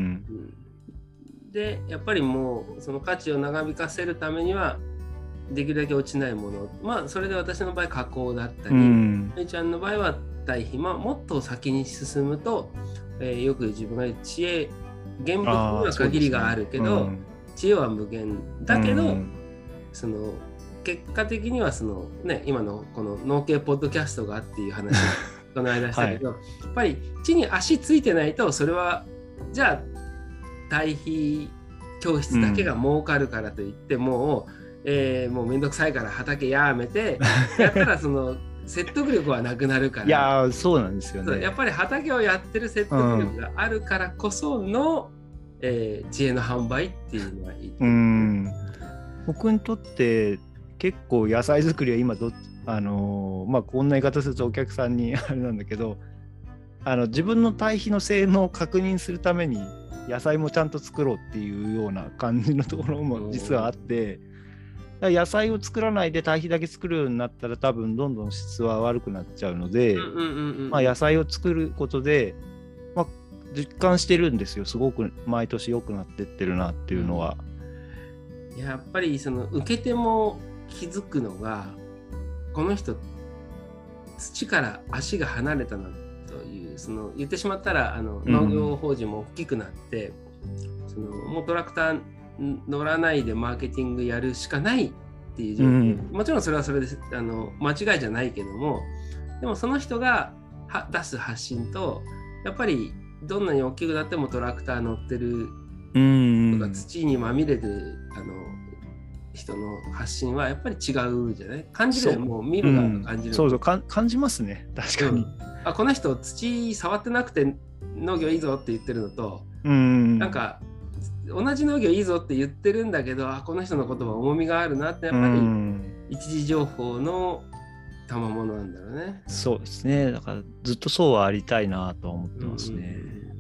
でやっぱりもうその価値を長引かせるためにはできるだけ落ちないもの、それで私の場合加工だったり、めいちゃんの場合は堆肥、もっと先に進むと、よく自分が言う知恵、原木には限りがあるけど、知恵は無限だけど、その結果的にはその、今のこの農系ポッドキャストがっていう話をこの間したけど、やっぱり地に足ついてないと、それはじゃあ堆肥教室だけが儲かるからといってもうめんどくさいから畑やめてやったらその説得力はなくなるから。 いやそうなんですよね。 やっぱり畑をやってる説得力があるからこその、知恵の販売っていうのはいい。 僕にとって結構野菜作りは今こんな言い方するとお客さんにあれなんだけど、自分の堆肥の性能を確認するために野菜もちゃんと作ろうっていうような感じのところも実はあって、野菜を作らないで堆肥だけ作るようになったら多分どんどん質は悪くなっちゃうので、野菜を作ることで、実感してるんですよ。すごく毎年良くなってってるなっていうのは。 やっぱりその受け手も気づくのが、この人土から足が離れたなという、その言ってしまったら農業法人も大きくなって、そのもうトラクター乗らないでマーケティングやるしかないっていう状況、もちろんそれはそれで間違いじゃないけども、でもその人が出す発信と、やっぱりどんなに大きくなってもトラクター乗ってるとか土にまみれて人の発信はやっぱり違うじゃない。感じる、もう見るが感じる。 そう感じますね、確かに。 この人土触ってなくて農業いいぞって言ってるのと、なんか同じ農業いいぞって言ってるんだけど、この人の言葉重みがあるなって、やっぱり一時情報の賜物なんだろうね。 そうですね。だからずっとそうはありたいなと思ってますね。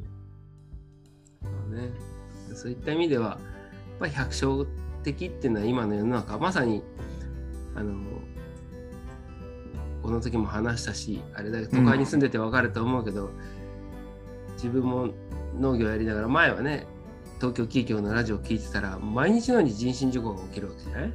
そういった意味ではやっぱり百姓的っていうのは今の世の中、まさにこの時も話したし、あれだけ都会に住んでて分かると思うけど、自分も農業やりながら前はね、東京企業のラジオ聞いてたら毎日のように人身事故が起きるわけじゃない。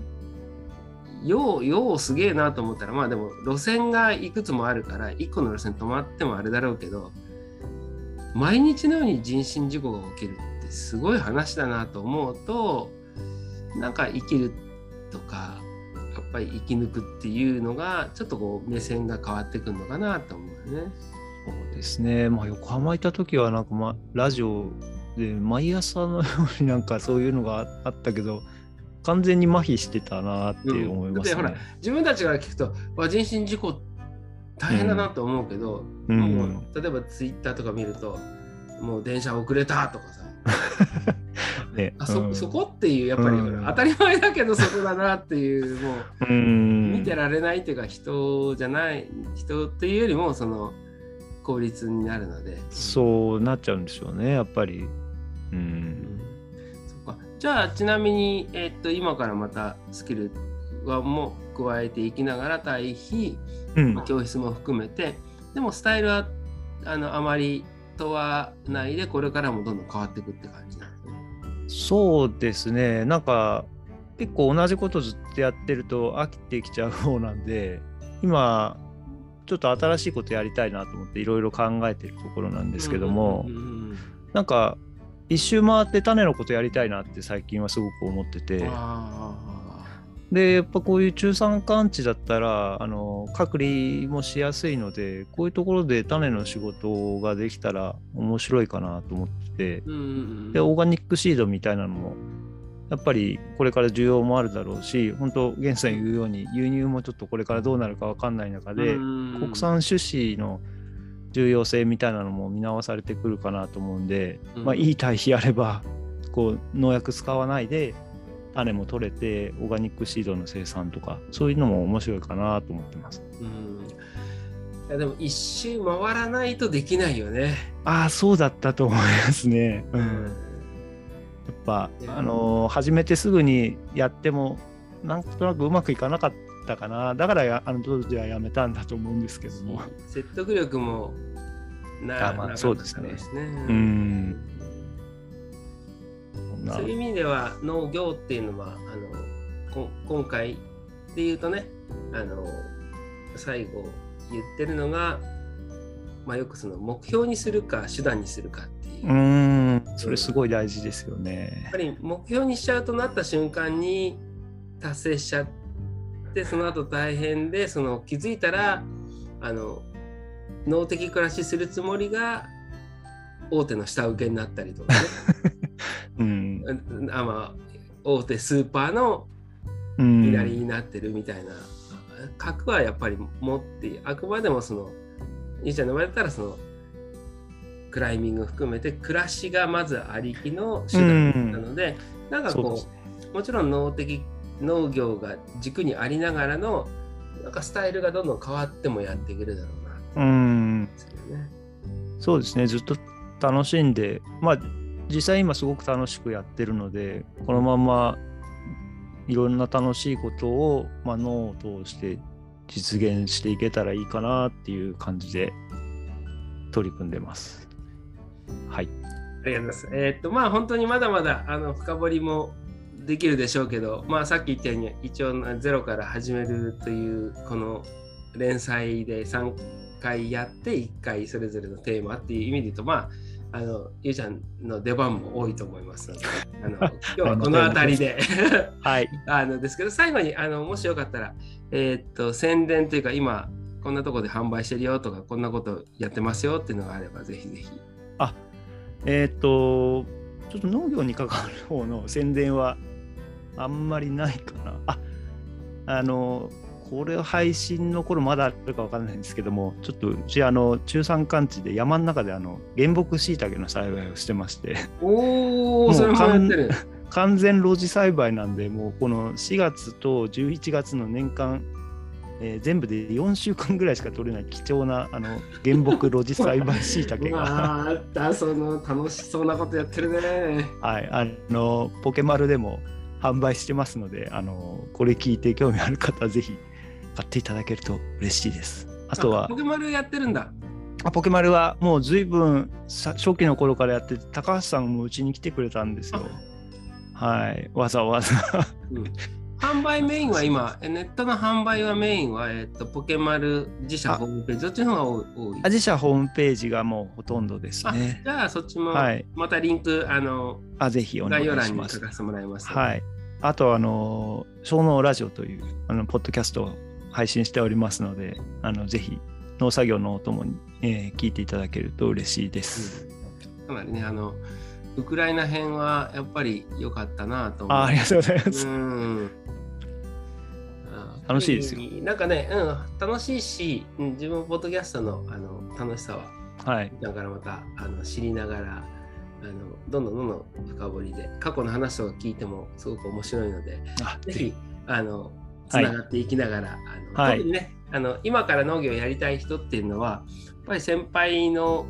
ようすげえなと思ったら、でも路線がいくつもあるから1個の路線止まってもあれだろうけど、毎日のように人身事故が起きるってすごい話だなと思うと、なんか生きるとかやっぱり生き抜くっていうのがちょっとこう目線が変わってくるのかなと思うよね。 そうですね。横浜行った時はなんか、ラジオで毎朝のようになんかそういうのがあったけど、完全に麻痺してたなって思いますね。 だってほら自分たちから聞くと人身事故大変だなと思うけど、もう例えばツイッターとか見るともう電車遅れたとかさそこっていう、やっぱり当たり前だけどそこだなっていう、もう見てられないっていうか、人じゃない人っていうよりもその効率になるので、 そうなっちゃうんでしょうね、やっぱり。 そっか。じゃあちなみに、今からまたスキルはも加えていきながら堆肥、教室も含めて、でもスタイルはあまり問わないで、これからもどんどん変わっていくって感じなんですね。 そうですね。なんか結構同じことずっとやってると飽きてきちゃう方なんで、今ちょっと新しいことやりたいなと思っていろいろ考えてるところなんですけども、なんか一周回って種のことやりたいなって最近はすごく思ってて、でやっぱこういう中山間地だったら隔離もしやすいので、こういうところで種の仕事ができたら面白いかなと思ってて、でオーガニックシードみたいなのもやっぱりこれから需要もあるだろうし、本当源さん言うように輸入もちょっとこれからどうなるか分かんない中で、国産種子の重要性みたいなのも見直されてくるかなと思うんで、いい堆肥あればこう農薬使わないで種も取れてオーガニックシードの生産とか、そういうのも面白いかなと思ってます。 いやでも一周回らないとできないよね。 そうだったと思いますね。やっぱ始めてすぐにやってもなんとなくうまくいかなかったかな。だから当時はやめたんだと思うんですけども、 説得力もそうですね。 そういう意味では農業っていうのは今回で言うとね、最後言ってるのが、よくその目標にするか手段にするかっていう。 それすごい大事ですよね。 やっぱり目標にしちゃうとなった瞬間に達成しちゃって、その後大変で、その気づいたら農的暮らしするつもりが大手の下請けになったりとかね、大手スーパーの見なりになってるみたいな核はやっぱり持って、あくまでもそのゆうちゃんの言われたらそのクライミング含めて暮らしがまずありきの手段なので、なんかこうもちろん農業が軸にありながらのなんかスタイルがどんどん変わってもやっていけるだろうなっていうね。 そうですね、ずっと楽しんで、実際今すごく楽しくやってるので、このままいろんな楽しいことを、脳を通して実現していけたらいいかなっていう感じで取り組んでます。はい。 ありがとうございます。本当にまだまだ深掘りもできるでしょうけど、さっき言ったように一応ゼロから始めるというこの連載で3回やって1回それぞれのテーマっていう意味で言うと、ゆうちゃんの出番も多いと思いますので、今日はこの辺りではいですけど、最後にもしよかったら、宣伝というか、今こんなところで販売してるよとか、こんなことやってますよっていうのがあればぜひぜひ。 ちょっと農業に関わる方の宣伝はあんまりないかな。これ配信の頃まだあるか分からないんですけども、ちょっとうち中山間地で山の中で原木しいたけの栽培をしてまして、 それもやってる。 完全露地栽培なんで、もうこの4月と11月の年間、全部で4週間ぐらいしか取れない貴重な原木露地栽培しいたけがその楽しそうなことやってるね。 はい、ポケマルでも販売してますので、これ聞いて興味ある方はぜひ買っていただけると嬉しいです。あとはポケマルやってるんだ。 ポケマルはもう随分初期の頃からやってて、高橋さんもうちに来てくれたんですよ。はい、わざわざ、 販売メインは今、ネットの販売はメインは、ポケマル自社ホームページ、どっちの方が多い？ 自社ホームページがもうほとんどですね。 じゃあそっちも、またリンクぜひお願いします。 概要欄に書かせてもらいます。 はい。あと小農ラジオというポッドキャストを配信しておりますので、ぜひ農作業のお供に、聞いていただけると嬉しいです。 かなりね、ウクライナ編はやっぱり良かったなと思う。 ありがとうございます。楽しいですよ。 なんかね、楽しいし、自分ポッドキャストの楽しさは、だからまた知りながら、どんどん深掘りで過去の話とか聞いてもすごく面白いので、ぜひつながっていきながら、特にね、今から農業をやりたい人っていうのはやっぱり先輩の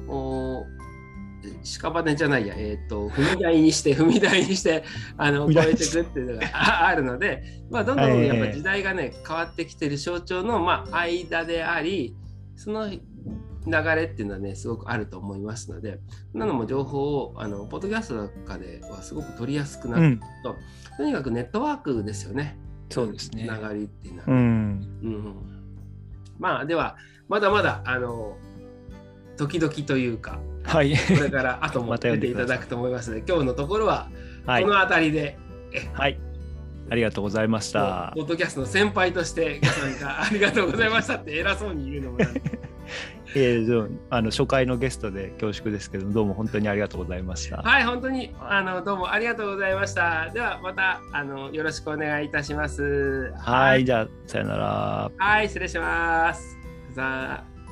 屍じゃないや、踏み台にして超えていくっていうのがあるので、どんどんやっぱ時代がね変わってきてる象徴の間であり、その流れっていうのはねすごくあると思いますので、なのも情報をポッドキャストとかではすごく取りやすくなっていくと、とにかくネットワークですよね。 そうですね。 流れっていうのは、ではまだまだ時々というか、これから後も出ていただくと思いますので、今日のところはこの辺りで、 ありがとうございました。 ポッドキャストの先輩としてご参加ありがとうございましたって偉そうに言うのもなんで初回のゲストで恐縮ですけど、どうも本当にありがとうございました。 はい、本当にどうもありがとうございました。ではまたよろしくお願いいたします。 はい、じゃあさよなら。 はい、失礼します。さあ。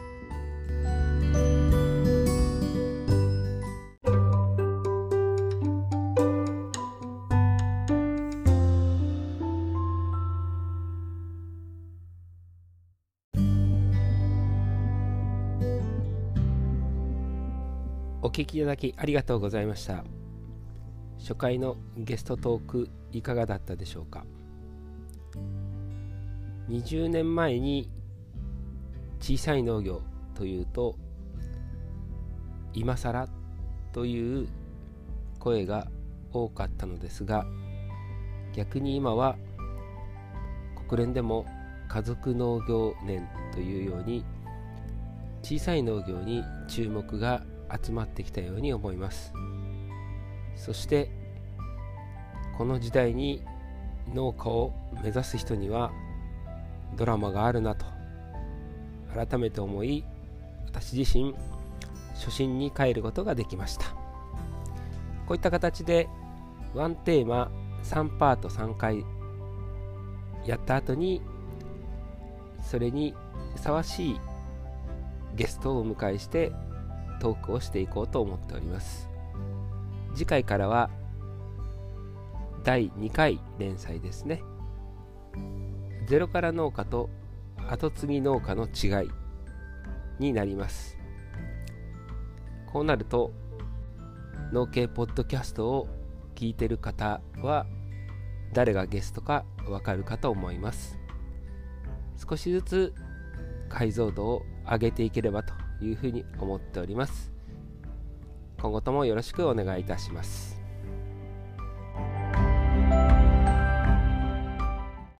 お聞きいただきありがとうございました。初回のゲストトークいかがだったでしょうか。20年前に小さい農業というと今更という声が多かったのですが、逆に今は国連でも家族農業年というように小さい農業に注目が集まってきたように思います。そしてこの時代に農家を目指す人にはドラマがあるなと改めて思い、私自身初心に帰ることができました。こういった形でワンテーマ3パート3回やった後に、それにふさわしいゲストをお迎えしてトークをしていこうと思っております。次回からは第2回連載ですね。ゼロから農家と後継ぎ農家の違いになります。こうなると農系ポッドキャストを聞いている方は誰がゲストかわかるかと思います。少しずつ解像度を上げていければというふうに思っております。今後ともよろしくお願いいたします。